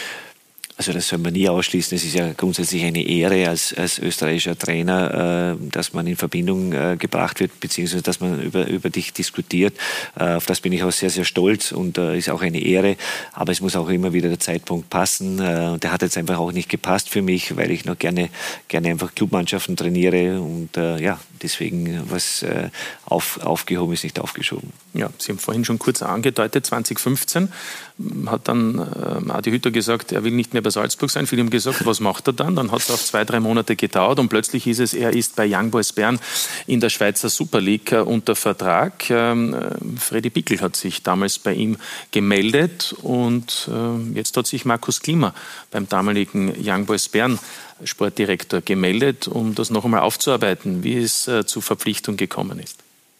Speaker 2: Also das soll man nie ausschließen. Es ist ja grundsätzlich eine Ehre als, als österreichischer Trainer, äh, dass man in Verbindung äh, gebracht wird, beziehungsweise dass man über, über dich diskutiert. Äh, auf das bin ich auch sehr, sehr stolz und äh, ist auch eine Ehre. Aber es muss auch immer wieder der Zeitpunkt passen. Äh, der hat jetzt einfach auch nicht gepasst für mich, weil ich noch gerne, gerne einfach Clubmannschaften trainiere. Und äh, ja, deswegen, was äh, auf, aufgehoben ist, nicht aufgeschoben.
Speaker 4: Ja, Sie haben vorhin schon kurz angedeutet, zwanzig fünfzehn hat dann äh, Adi Hütter gesagt, er will nicht mehr bei Salzburg sein. Viele haben gesagt, was macht er dann? Dann hat es auch zwei, drei Monate gedauert und plötzlich hieß es, er ist bei Young Boys Bern in der Schweizer Super League äh, unter Vertrag. Ähm, äh, Freddy Bickel hat sich damals bei ihm gemeldet und äh, jetzt hat sich Markus Klima beim damaligen Young Boys Bern Sportdirektor gemeldet, um das noch einmal aufzuarbeiten, wie es äh, zur Verpflichtung gekommen ist.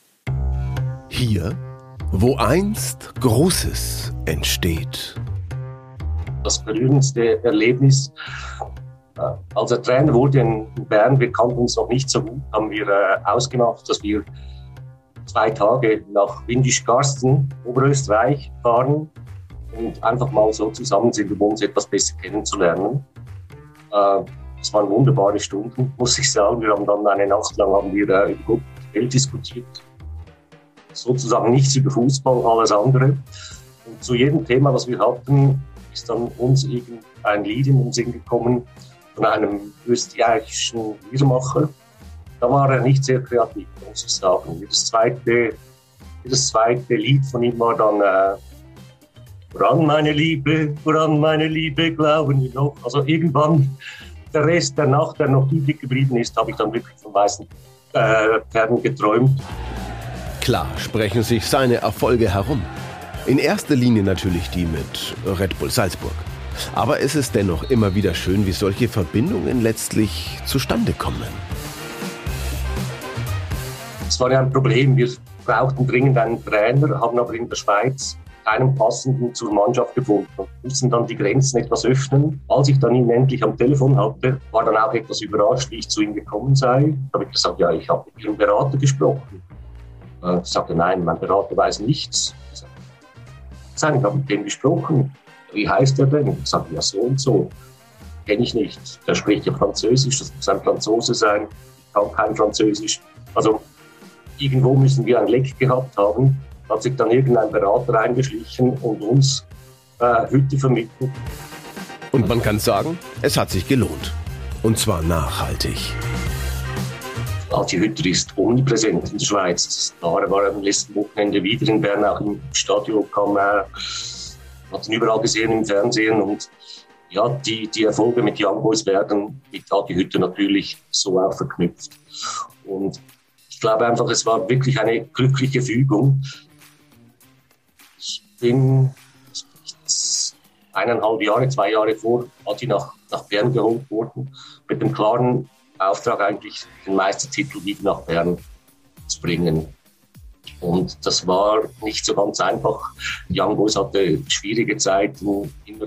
Speaker 9: Hier, wo einst Großes entsteht.
Speaker 10: Das berührendste Erlebnis, als er Trainer wurde in Bern, wir kannten uns noch nicht so gut, haben wir ausgemacht, dass wir zwei Tage nach Windischgarsten, Oberösterreich, fahren und einfach mal so zusammen sind, um uns etwas besser kennenzulernen. Es waren wunderbare Stunden, muss ich sagen. Wir haben dann eine Nacht lang haben wir über Gott und die Welt diskutiert. Sozusagen nichts über Fußball, alles andere. Und zu jedem Thema, was wir hatten, ist dann uns irgendein Lied in den Sinn gekommen von einem österreichischen Liedermacher. Da war er nicht sehr kreativ, muss ich sagen. Das zweite, das zweite Lied von ihm war dann äh, Woran meine Liebe, woran meine Liebe, glauben Sie noch? Also irgendwann, der Rest der Nacht, der noch übrig geblieben ist, habe ich dann wirklich vom weißen äh, Pferden geträumt.
Speaker 9: Klar sprechen sich seine Erfolge herum. In erster Linie natürlich die mit Red Bull Salzburg. Aber es ist dennoch immer wieder schön, wie solche Verbindungen letztlich zustande kommen.
Speaker 10: Es war ja ein Problem. Wir brauchten dringend einen Trainer, haben aber in der Schweiz keinen passenden zur Mannschaft gefunden und mussten dann die Grenzen etwas öffnen. Als ich dann ihn endlich am Telefon hatte, war dann auch etwas überrascht, wie ich zu ihm gekommen sei. Da habe ich gesagt, ja, ich habe mit Ihrem Berater gesprochen. Er sagte, nein, mein Berater weiß nichts. Ich sagte, ich habe mit dem gesprochen. Wie heißt er denn? Ich sagte, ja, so und so. Kenne ich nicht. Der spricht ja Französisch, das muss ein Franzose sein. Ich kann kein Französisch. Also irgendwo müssen wir ein Leck gehabt haben. Hat sich dann irgendein Berater eingeschlichen und uns äh, Hütte vermittelt.
Speaker 9: Und man kann sagen, es hat sich gelohnt. Und zwar nachhaltig.
Speaker 10: Adi Hütter ist omnipräsent in der Schweiz. Da war er am letzten Wochenende wieder in Bern, auch im Stadion kam er, hat ihn überall gesehen im Fernsehen. Und ja, die, die Erfolge mit Young Boys werden mit Adi Hütter natürlich so auch verknüpft. Und ich glaube einfach, es war wirklich eine glückliche Fügung. Ich bin eineinhalb Jahre, zwei Jahre vor Adi nach, nach Bern geholt worden, mit dem klaren Auftrag eigentlich, den Meistertitel wieder nach Bern zu bringen. Und das war nicht so ganz einfach. Young Boys hatte schwierige Zeiten, immer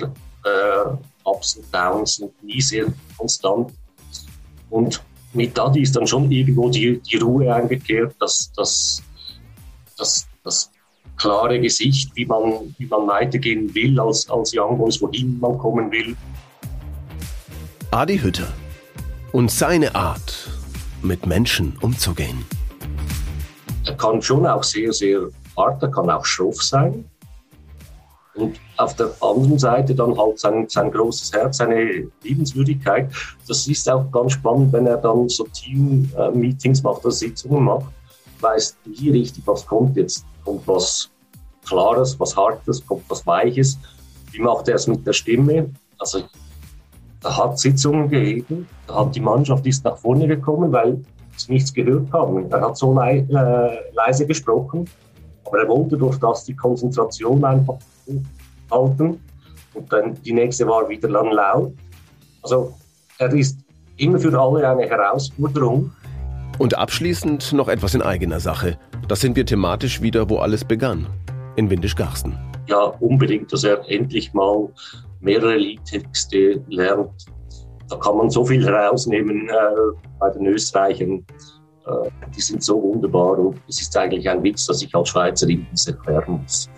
Speaker 10: äh, Ups und Downs sind nie sehr konstant. Und mit Adi ist dann schon irgendwo die, die Ruhe eingekehrt, dass das, das, das klare Gesicht, wie man, wie man weitergehen will als, als Young Boys, wohin man kommen will.
Speaker 9: Adi Hütter und seine Art, mit Menschen umzugehen.
Speaker 10: Er kann schon auch sehr, sehr hart, er kann auch schroff sein. Und auf der anderen Seite dann halt sein, sein großes Herz, seine Liebenswürdigkeit. Das ist auch ganz spannend, wenn er dann so Team-Meetings macht, oder Sitzungen macht. Weiß nie richtig, was kommt jetzt. Kommt was Klares, was Hartes, kommt was Weiches. Wie macht er es mit der Stimme? Also, er hat Sitzungen gegeben, da hat die Mannschaft ist nach vorne gekommen, weil sie nichts gehört haben. Er hat so lei- äh, leise gesprochen, aber er wollte durch das die Konzentration einfach halten. Und dann die nächste war wieder lang laut. Also er ist immer für alle eine Herausforderung.
Speaker 9: Und abschließend noch etwas in eigener Sache. Da sind wir thematisch wieder, wo alles begann. In Windisch-Garsten.
Speaker 10: Ja, unbedingt, dass er endlich mal mehrere Liedtexte lernt. Da kann man so viel herausnehmen äh, bei den Österreichern. Äh, die sind so wunderbar und es ist eigentlich ein Witz, dass ich als Schweizerin das erklären muss.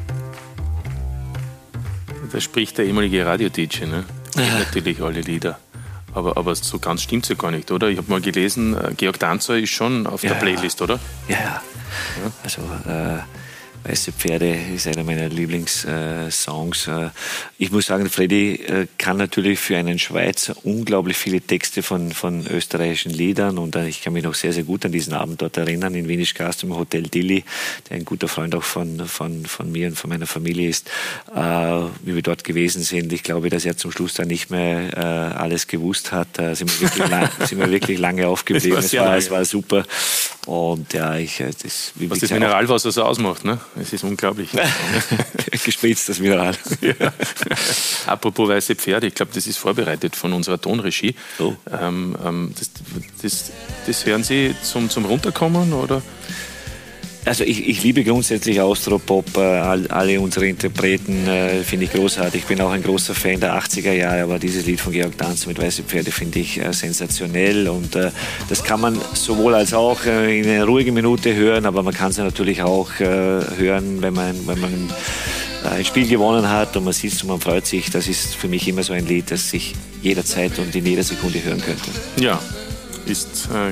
Speaker 4: Da spricht der ehemalige Radio-D J, ne? Ja. Natürlich alle Lieder. Aber, aber so ganz stimmt es ja gar nicht, oder? Ich habe mal gelesen, Georg Danzer ist schon auf ja, der Playlist, oder?
Speaker 2: Ja, ja. Also äh, Weiße Pferde ist einer meiner Lieblingssongs. Äh, ich muss sagen, Freddy äh, kann natürlich für einen Schweizer unglaublich viele Texte von, von österreichischen Liedern und äh, ich kann mich noch sehr, sehr gut an diesen Abend dort erinnern, in Windisch-Garsten im Hotel Dilly, der ein guter Freund auch von, von, von mir und von meiner Familie ist, äh, wie wir dort gewesen sind. Ich glaube, dass er zum Schluss dann nicht mehr äh, alles gewusst hat. Äh, sind, wir wirklich lang, sind wir wirklich lange aufgeblieben. Es war, es war super. Und ja, ich, das, wie
Speaker 4: was das Mineralwasser so ausmacht, ne? Es ist unglaublich.
Speaker 2: Gespritzt, das Mineral.
Speaker 4: Ja. Apropos weiße Pferde, ich glaube, das ist vorbereitet von unserer Tonregie.
Speaker 2: Oh.
Speaker 4: Ähm, ähm, das, das, das hören Sie zum, zum Runterkommen, oder?
Speaker 2: Also ich, ich liebe grundsätzlich Austropop, äh, all, alle unsere Interpreten äh, finde ich großartig. Ich bin auch ein großer Fan der achtziger Jahre, aber dieses Lied von Georg Danzer mit Weiße Pferde finde ich äh, sensationell und äh, das kann man sowohl als auch äh, in einer ruhigen Minute hören, aber man kann es natürlich auch äh, hören, wenn man, wenn man äh, ein Spiel gewonnen hat und man sieht es und man freut sich. Das ist für mich immer so ein Lied, das ich jederzeit und in jeder Sekunde hören könnte.
Speaker 4: Ja, ist äh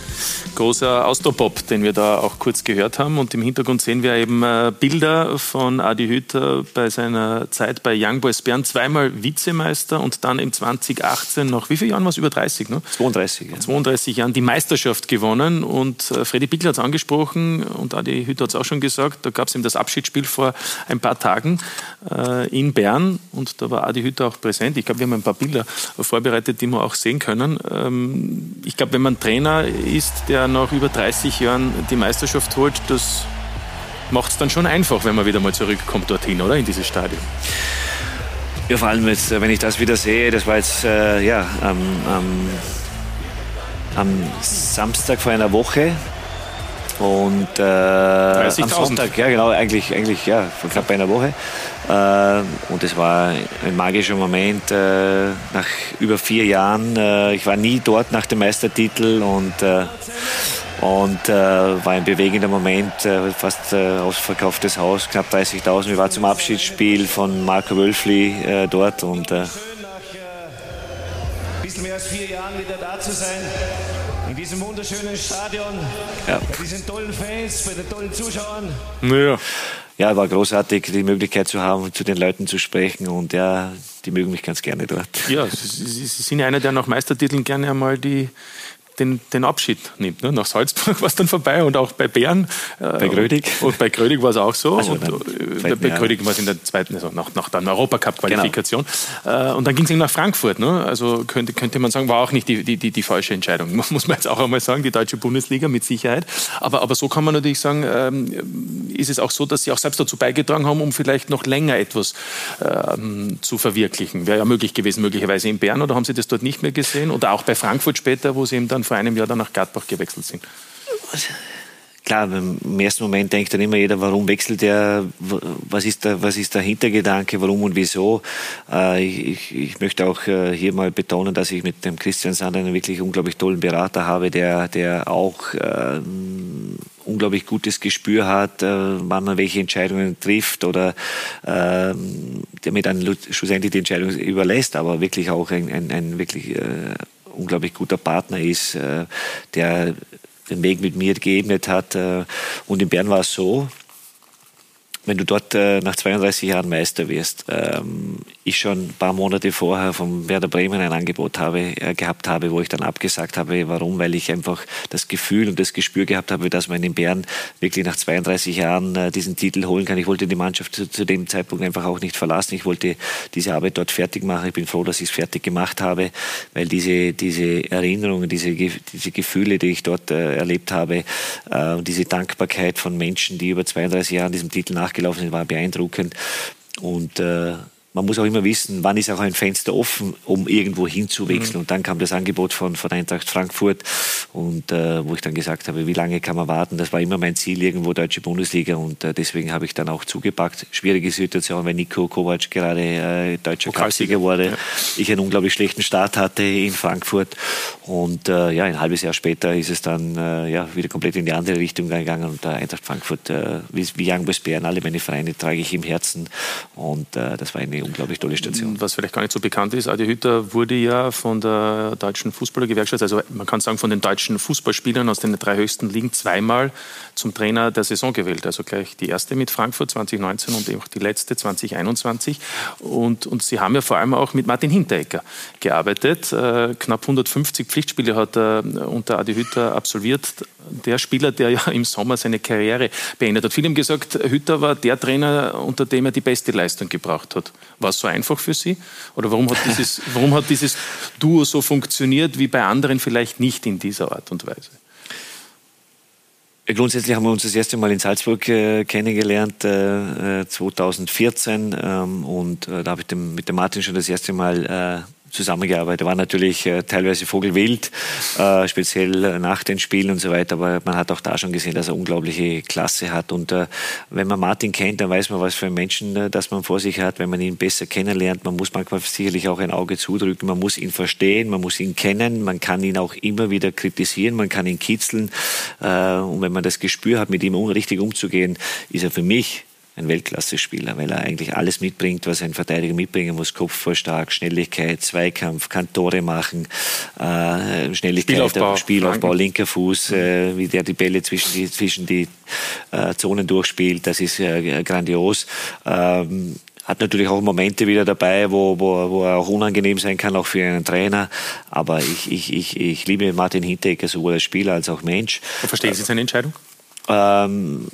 Speaker 4: großer Austropop, den wir da auch kurz gehört haben. Und im Hintergrund sehen wir eben äh, Bilder von Adi Hütter bei seiner Zeit bei Young Boys Bern. Zweimal Vizemeister und dann im zwanzig achtzehn nach wie vielen Jahren war es? Über dreißig, ne?
Speaker 2: zweiunddreißig. Ja.
Speaker 4: zweiunddreißig Jahren die Meisterschaft gewonnen. Und äh, Freddy Bickl hat es angesprochen und Adi Hütter hat es auch schon gesagt. Da gab es eben das Abschiedsspiel vor ein paar Tagen äh, in Bern. Und da war Adi Hütter auch präsent. Ich glaube, wir haben ein paar Bilder vorbereitet, die wir auch sehen können. Ähm, ich glaube, wenn man Trainer ist, der nach über dreißig Jahren die Meisterschaft holt, das macht es dann schon einfach, wenn man wieder mal zurückkommt dorthin, oder? In dieses Stadion.
Speaker 2: Ja, vor allem jetzt, wenn ich das wieder sehe, das war jetzt äh, ja, am, am, am Samstag vor einer Woche und äh, am Sonntag, ja genau, eigentlich, eigentlich ja, vor knapp einer Woche. Äh, und es war ein magischer Moment äh, nach über vier Jahren. Äh, ich war nie dort nach dem Meistertitel und, äh, und äh, war ein bewegender Moment, äh, fast äh, ausverkauftes Haus, knapp dreißigtausend. Wir waren zum Abschiedsspiel von Marco Wölfli äh, dort und äh,
Speaker 11: ein bisschen mehr als vier Jahren wieder da zu sein. In diesem wunderschönen Stadion, ja. Bei diesen tollen Fans, bei den tollen Zuschauern.
Speaker 4: Ja.
Speaker 2: Ja, war großartig, die Möglichkeit zu haben, zu den Leuten zu sprechen und ja, die mögen mich ganz gerne dort.
Speaker 4: Ja, Sie, Sie sind ja einer, der nach Meistertiteln gerne einmal die, den, den Abschied nimmt. Ne? Nach Salzburg war es dann vorbei und auch bei Bern.
Speaker 2: Bei Grödig.
Speaker 4: Und, und bei Grödig war es auch so.
Speaker 2: Also
Speaker 4: und, äh, bei Grödig war es in der zweiten, also nach, nach der Europacup-Qualifikation. Genau. Äh, und dann ging es nach Frankfurt. Ne? Also könnte, könnte man sagen, war auch nicht die, die, die, die falsche Entscheidung. Muss man jetzt auch einmal sagen, die deutsche Bundesliga mit Sicherheit. Aber, aber so kann man natürlich sagen, ähm, ist es auch so, dass Sie auch selbst dazu beigetragen haben, um vielleicht noch länger etwas ähm, zu verwirklichen. Wäre ja möglich gewesen, möglicherweise in Bern, oder haben Sie das dort nicht mehr gesehen? Oder auch bei Frankfurt später, wo Sie eben dann vor einem Jahr dann nach Gladbach gewechselt sind?
Speaker 2: Klar, im ersten Moment denkt dann immer jeder, warum wechselt der, was ist der, was ist der Hintergedanke, warum und wieso. Äh, ich, ich möchte auch äh, hier mal betonen, dass ich mit dem Christian Sander einen wirklich unglaublich tollen Berater habe, der, der auch äh, unglaublich gutes Gespür hat, äh, wann man welche Entscheidungen trifft oder äh, der mir dann schlussendlich die Entscheidung überlässt, aber wirklich auch ein, ein, ein wirklich äh, unglaublich guter Partner ist, äh, der den Weg mit mir geebnet hat. Und in Bern war es so, wenn du dort äh, nach zweiunddreißig Jahren Meister wirst, ähm, ich schon ein paar Monate vorher vom Werder Bremen ein Angebot habe, äh, gehabt habe, wo ich dann abgesagt habe. Warum? Weil ich einfach das Gefühl und das Gespür gehabt habe, dass man in Bern wirklich nach zweiunddreißig Jahren äh, diesen Titel holen kann. Ich wollte die Mannschaft zu, zu dem Zeitpunkt einfach auch nicht verlassen. Ich wollte diese Arbeit dort fertig machen. Ich bin froh, dass ich es fertig gemacht habe, weil diese, diese Erinnerungen, diese, diese Gefühle, die ich dort äh, erlebt habe, äh, diese Dankbarkeit von Menschen, die über zweiunddreißig Jahre diesem Titel nachgelaufen sind, war beeindruckend. Und äh, man muss auch immer wissen, wann ist auch ein Fenster offen, um irgendwo hinzuwechseln. Mhm. Und dann kam das Angebot von, von Eintracht Frankfurt, und äh, wo ich dann gesagt habe, wie lange kann man warten? Das war immer mein Ziel, irgendwo deutsche Bundesliga, und äh, deswegen habe ich dann auch zugepackt. Schwierige Situation, weil Niko Kovac gerade äh, deutscher Cupsieger wurde. Ja. Ich einen unglaublich schlechten Start hatte in Frankfurt, und äh, ja, ein halbes Jahr später ist es dann äh, ja, wieder komplett in die andere Richtung gegangen, und äh, Eintracht Frankfurt, äh, wie, wie Young Boys Bern, alle meine Vereine trage ich im Herzen, und äh, das war eine unglaublich tolle Station.
Speaker 4: Was vielleicht gar nicht so bekannt ist, Adi Hütter wurde ja von der deutschen Fußballergewerkschaft, also man kann sagen von den deutschen Fußballspielern aus den drei höchsten Ligen, zweimal zum Trainer der Saison gewählt. Also gleich die erste mit Frankfurt zwanzig neunzehn und auch die letzte zwanzig einundzwanzig. Und, und Sie haben ja vor allem auch mit Martin Hinteregger gearbeitet. Äh, knapp hundertfünfzig Pflichtspiele hat er unter Adi Hütter absolviert. Der Spieler, der ja im Sommer seine Karriere beendet hat. Viele haben gesagt, Hütter war der Trainer, unter dem er die beste Leistung gebracht hat. War es so einfach für Sie? Oder warum hat dieses, warum hat dieses Duo so funktioniert, wie bei anderen vielleicht nicht in dieser Art und Weise?
Speaker 2: Grundsätzlich haben wir uns das erste Mal in Salzburg äh, kennengelernt, äh, zweitausendvierzehn. Ähm, und äh, da habe ich dem, mit dem Martin schon das erste Mal äh, zusammengearbeitet. War natürlich äh, teilweise vogelwild, äh, speziell nach den Spielen und so weiter, aber man hat auch da schon gesehen, dass er unglaubliche Klasse hat. Und äh, wenn man Martin kennt, dann weiß man, was für einen Menschen äh, das man vor sich hat, wenn man ihn besser kennenlernt. Man muss manchmal sicherlich auch ein Auge zudrücken, man muss ihn verstehen, man muss ihn kennen, man kann ihn auch immer wieder kritisieren, man kann ihn kitzeln. Äh, und wenn man das Gespür hat, mit ihm richtig umzugehen, ist er für mich ein Weltklasse-Spieler, weil er eigentlich alles mitbringt, was ein Verteidiger mitbringen muss. Kopfball stark, Schnelligkeit, Zweikampf, kann Tore machen, äh, Schnelligkeit, Spielaufbau, Spielaufbau linker Fuß, äh, wie der die Bälle zwischen die, zwischen die äh, Zonen durchspielt, das ist äh, grandios. Ähm, Hat natürlich auch Momente wieder dabei, wo, wo, wo er auch unangenehm sein kann, auch für einen Trainer. Aber ich, ich, ich, ich liebe Martin Hinteregger sowohl als Spieler als auch Mensch.
Speaker 4: Und verstehen Sie seine Entscheidung?
Speaker 2: Ähm,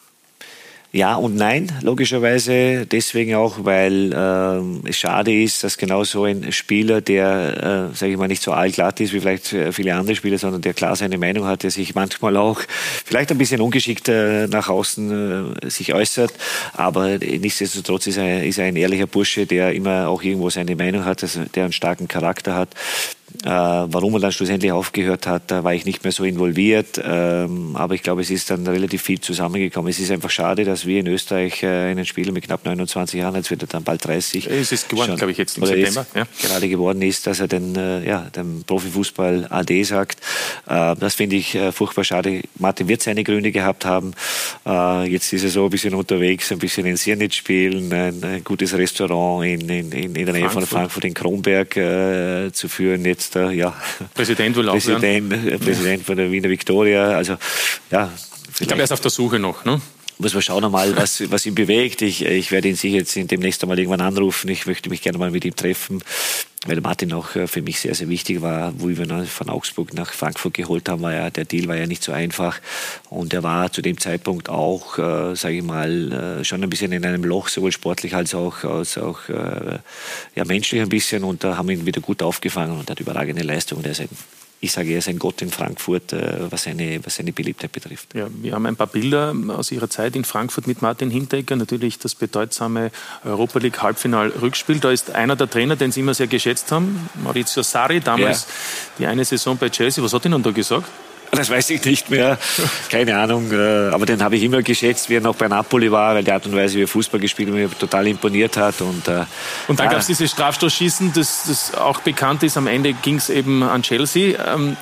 Speaker 2: Ja und nein, logischerweise. Deswegen auch, weil äh, es schade ist, dass genau so ein Spieler, der, äh, sage ich mal, nicht so allglatt ist wie vielleicht viele andere Spieler, sondern der klar seine Meinung hat, der sich manchmal auch vielleicht ein bisschen ungeschickt äh, nach außen äh, sich äußert. Aber nichtsdestotrotz ist er, ist er ein ehrlicher Bursche, der immer auch irgendwo seine Meinung hat, also der einen starken Charakter hat. Äh, warum er dann schlussendlich aufgehört hat, da war ich nicht mehr so involviert. Ähm, aber ich glaube, es ist dann relativ viel zusammengekommen. Es ist einfach schade, dass wir in Österreich äh, einen Spieler mit knapp neunundzwanzig Jahren, jetzt wird er dann bald dreißig.
Speaker 4: Es ist geworden, glaube ich, jetzt im September.
Speaker 2: Ja. Gerade geworden ist, dass er den, äh, ja, dem Profifußball Ade sagt. Äh, das finde ich äh, furchtbar schade. Martin wird seine Gründe gehabt haben. Äh, jetzt ist er so ein bisschen unterwegs, ein bisschen in Siernitz spielen, ein, ein gutes Restaurant in, in, in, in der Nähe von Frankfurt in Kronberg äh, zu führen. Jetzt äh, ja,
Speaker 4: Präsident will auch
Speaker 2: Präsident, äh, Präsident von der Wiener Viktoria. Also ja,
Speaker 4: ich glaube, er ist auf der Suche noch, ne?
Speaker 2: Muss man schauen einmal, was, was ihn bewegt. Ich, ich werde ihn sicher jetzt demnächst einmal irgendwann anrufen. Ich möchte mich gerne mal mit ihm treffen, weil Martin auch für mich sehr, sehr wichtig war. Wo wir ihn von Augsburg nach Frankfurt geholt haben, war ja, der Deal war ja nicht so einfach. Und er war zu dem Zeitpunkt auch, äh, sage ich mal, äh, schon ein bisschen in einem Loch, sowohl sportlich als auch, als auch äh, ja, menschlich ein bisschen. Und da haben wir ihn wieder gut aufgefangen und hat überragende Leistung. Der ist ein Ich sage, er ist ein Gott in Frankfurt, was seine, was seine Beliebtheit betrifft.
Speaker 4: Ja, wir haben ein paar Bilder aus Ihrer Zeit in Frankfurt mit Martin Hinteregger. Natürlich das bedeutsame Europa League Halbfinal-Rückspiel. Da ist einer der Trainer, den Sie immer sehr geschätzt haben, Maurizio Sarri, damals ja. die eine Saison bei Chelsea. Was hat Ihnen da gesagt?
Speaker 2: Das weiß ich nicht mehr. Keine Ahnung. Aber den habe ich immer geschätzt, wie er noch bei Napoli war, weil die Art und Weise, wie er Fußball gespielt hat, mir total imponiert hat. Und,
Speaker 4: und dann
Speaker 2: ja.
Speaker 4: gab es dieses Strafstoßschießen, das, das auch bekannt ist. Am Ende ging es eben an Chelsea.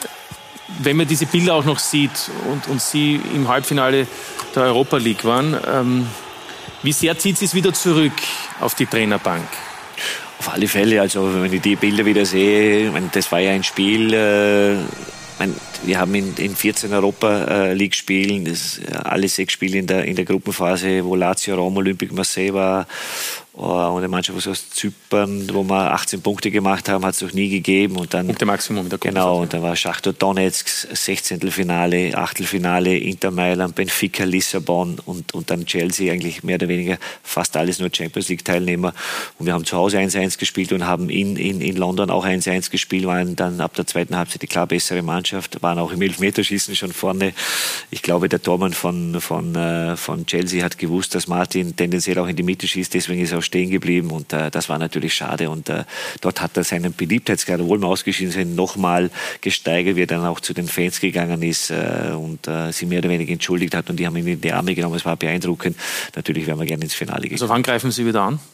Speaker 4: Wenn man diese Bilder auch noch sieht und, und Sie im Halbfinale der Europa League waren, ähm, wie sehr zieht Sie es wieder zurück auf die Trainerbank?
Speaker 2: Auf alle Fälle. Also wenn ich die Bilder wieder sehe, ich meine, das war ja ein Spiel... Äh, Mein, wir haben in, in vierzehn Europa-League-Spielen, das alle sechs Spiele in der, in der Gruppenphase, wo Lazio, Rom, Olympique Marseille war, und eine Mannschaft aus Zypern, wo wir achtzehn Punkte gemacht haben, hat es noch nie gegeben. Und dann,
Speaker 4: Punkte Maximum in der
Speaker 2: Genau, und dann war Schachtar Donetsk, Sechzehntelfinale, Achtelfinale, Inter Mailand, Benfica, Lissabon und, und dann Chelsea, eigentlich mehr oder weniger fast alles nur Champions League-Teilnehmer. Und wir haben zu Hause eins eins gespielt und haben in, in, in London auch eins eins gespielt, waren dann ab der zweiten Halbzeit die klar bessere Mannschaft, waren auch im Elfmeterschießen schon vorne. Ich glaube, der Tormann von, von, äh, von Chelsea hat gewusst, dass Martin tendenziell auch in die Mitte schießt, deswegen ist er auch stehen geblieben und äh, das war natürlich schade und äh, dort hat er seinen Beliebtheitsgrad, obwohl wir ausgeschieden sind, nochmal gesteigert, wie er dann auch zu den Fans gegangen ist äh, und äh, sie mehr oder weniger entschuldigt hat und die haben ihn in die Arme genommen, es war beeindruckend. Natürlich wären wir gerne ins Finale gegangen.
Speaker 4: Also wann greifen Sie wieder an?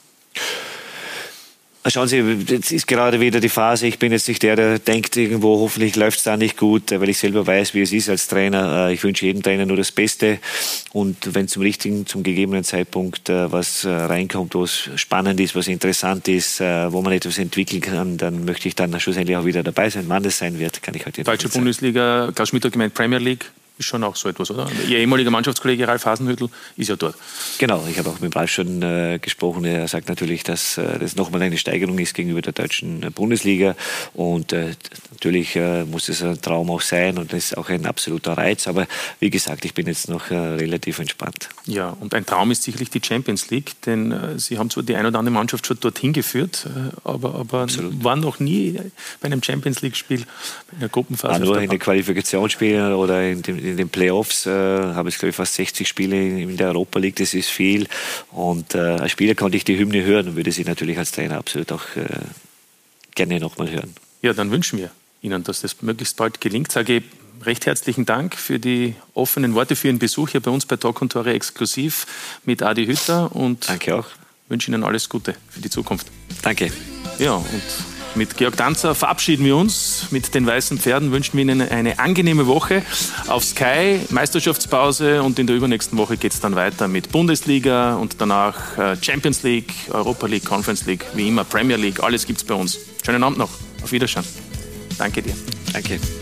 Speaker 2: Schauen Sie, jetzt ist gerade wieder die Phase, ich bin jetzt nicht der, der denkt irgendwo, hoffentlich läuft es da nicht gut, weil ich selber weiß, wie es ist als Trainer. Ich wünsche jedem Trainer nur das Beste und wenn zum richtigen, zum gegebenen Zeitpunkt was reinkommt, was spannend ist, was interessant ist, wo man etwas entwickeln kann, dann möchte ich dann schlussendlich auch wieder dabei sein. Wann das sein wird, kann ich heute nicht sagen.
Speaker 4: Deutsche Bundesliga, Klaus Schmidt hat gemeint Premier League. Ist schon auch so etwas, oder? Ihr ehemaliger Mannschaftskollege Ralf Hasenhüttl ist ja dort.
Speaker 2: Genau, ich habe auch mit Ralf schon äh, gesprochen. Er sagt natürlich, dass äh, das nochmal eine Steigerung ist gegenüber der deutschen äh, Bundesliga. Und äh, natürlich äh, muss es ein Traum auch sein und das ist auch ein absoluter Reiz. Aber wie gesagt, ich bin jetzt noch äh, relativ entspannt.
Speaker 4: Ja, und ein Traum ist sicherlich die Champions League, denn äh, Sie haben zwar die eine oder andere Mannschaft schon dorthin geführt, äh, aber, aber waren noch nie bei einem Champions League-Spiel, in der Gruppenphase.
Speaker 2: Ah, nur in den Qualifikationsspielen oder in dem in den Playoffs äh, habe ich, glaube ich, fast sechzig Spiele in der Europa League, das ist viel. Und äh, als Spieler konnte ich die Hymne hören und würde sie natürlich als Trainer absolut auch äh, gerne nochmal hören.
Speaker 4: Ja, dann wünschen wir Ihnen, dass das möglichst bald gelingt. Sage ich recht herzlichen Dank für die offenen Worte, für Ihren Besuch hier bei uns bei Talk und Tore exklusiv mit Adi Hütter. Und
Speaker 2: danke auch.
Speaker 4: Wünsche Ihnen alles Gute für die Zukunft.
Speaker 2: Danke.
Speaker 4: Ja, und mit Georg Danzer verabschieden wir uns. Mit den weißen Pferden wünschen wir Ihnen eine angenehme Woche. Auf Sky Meisterschaftspause und in der übernächsten Woche geht es dann weiter mit Bundesliga und danach Champions League, Europa League, Conference League, wie immer Premier League. Alles gibt's bei uns. Schönen Abend noch. Auf Wiedersehen. Danke dir.
Speaker 2: Danke.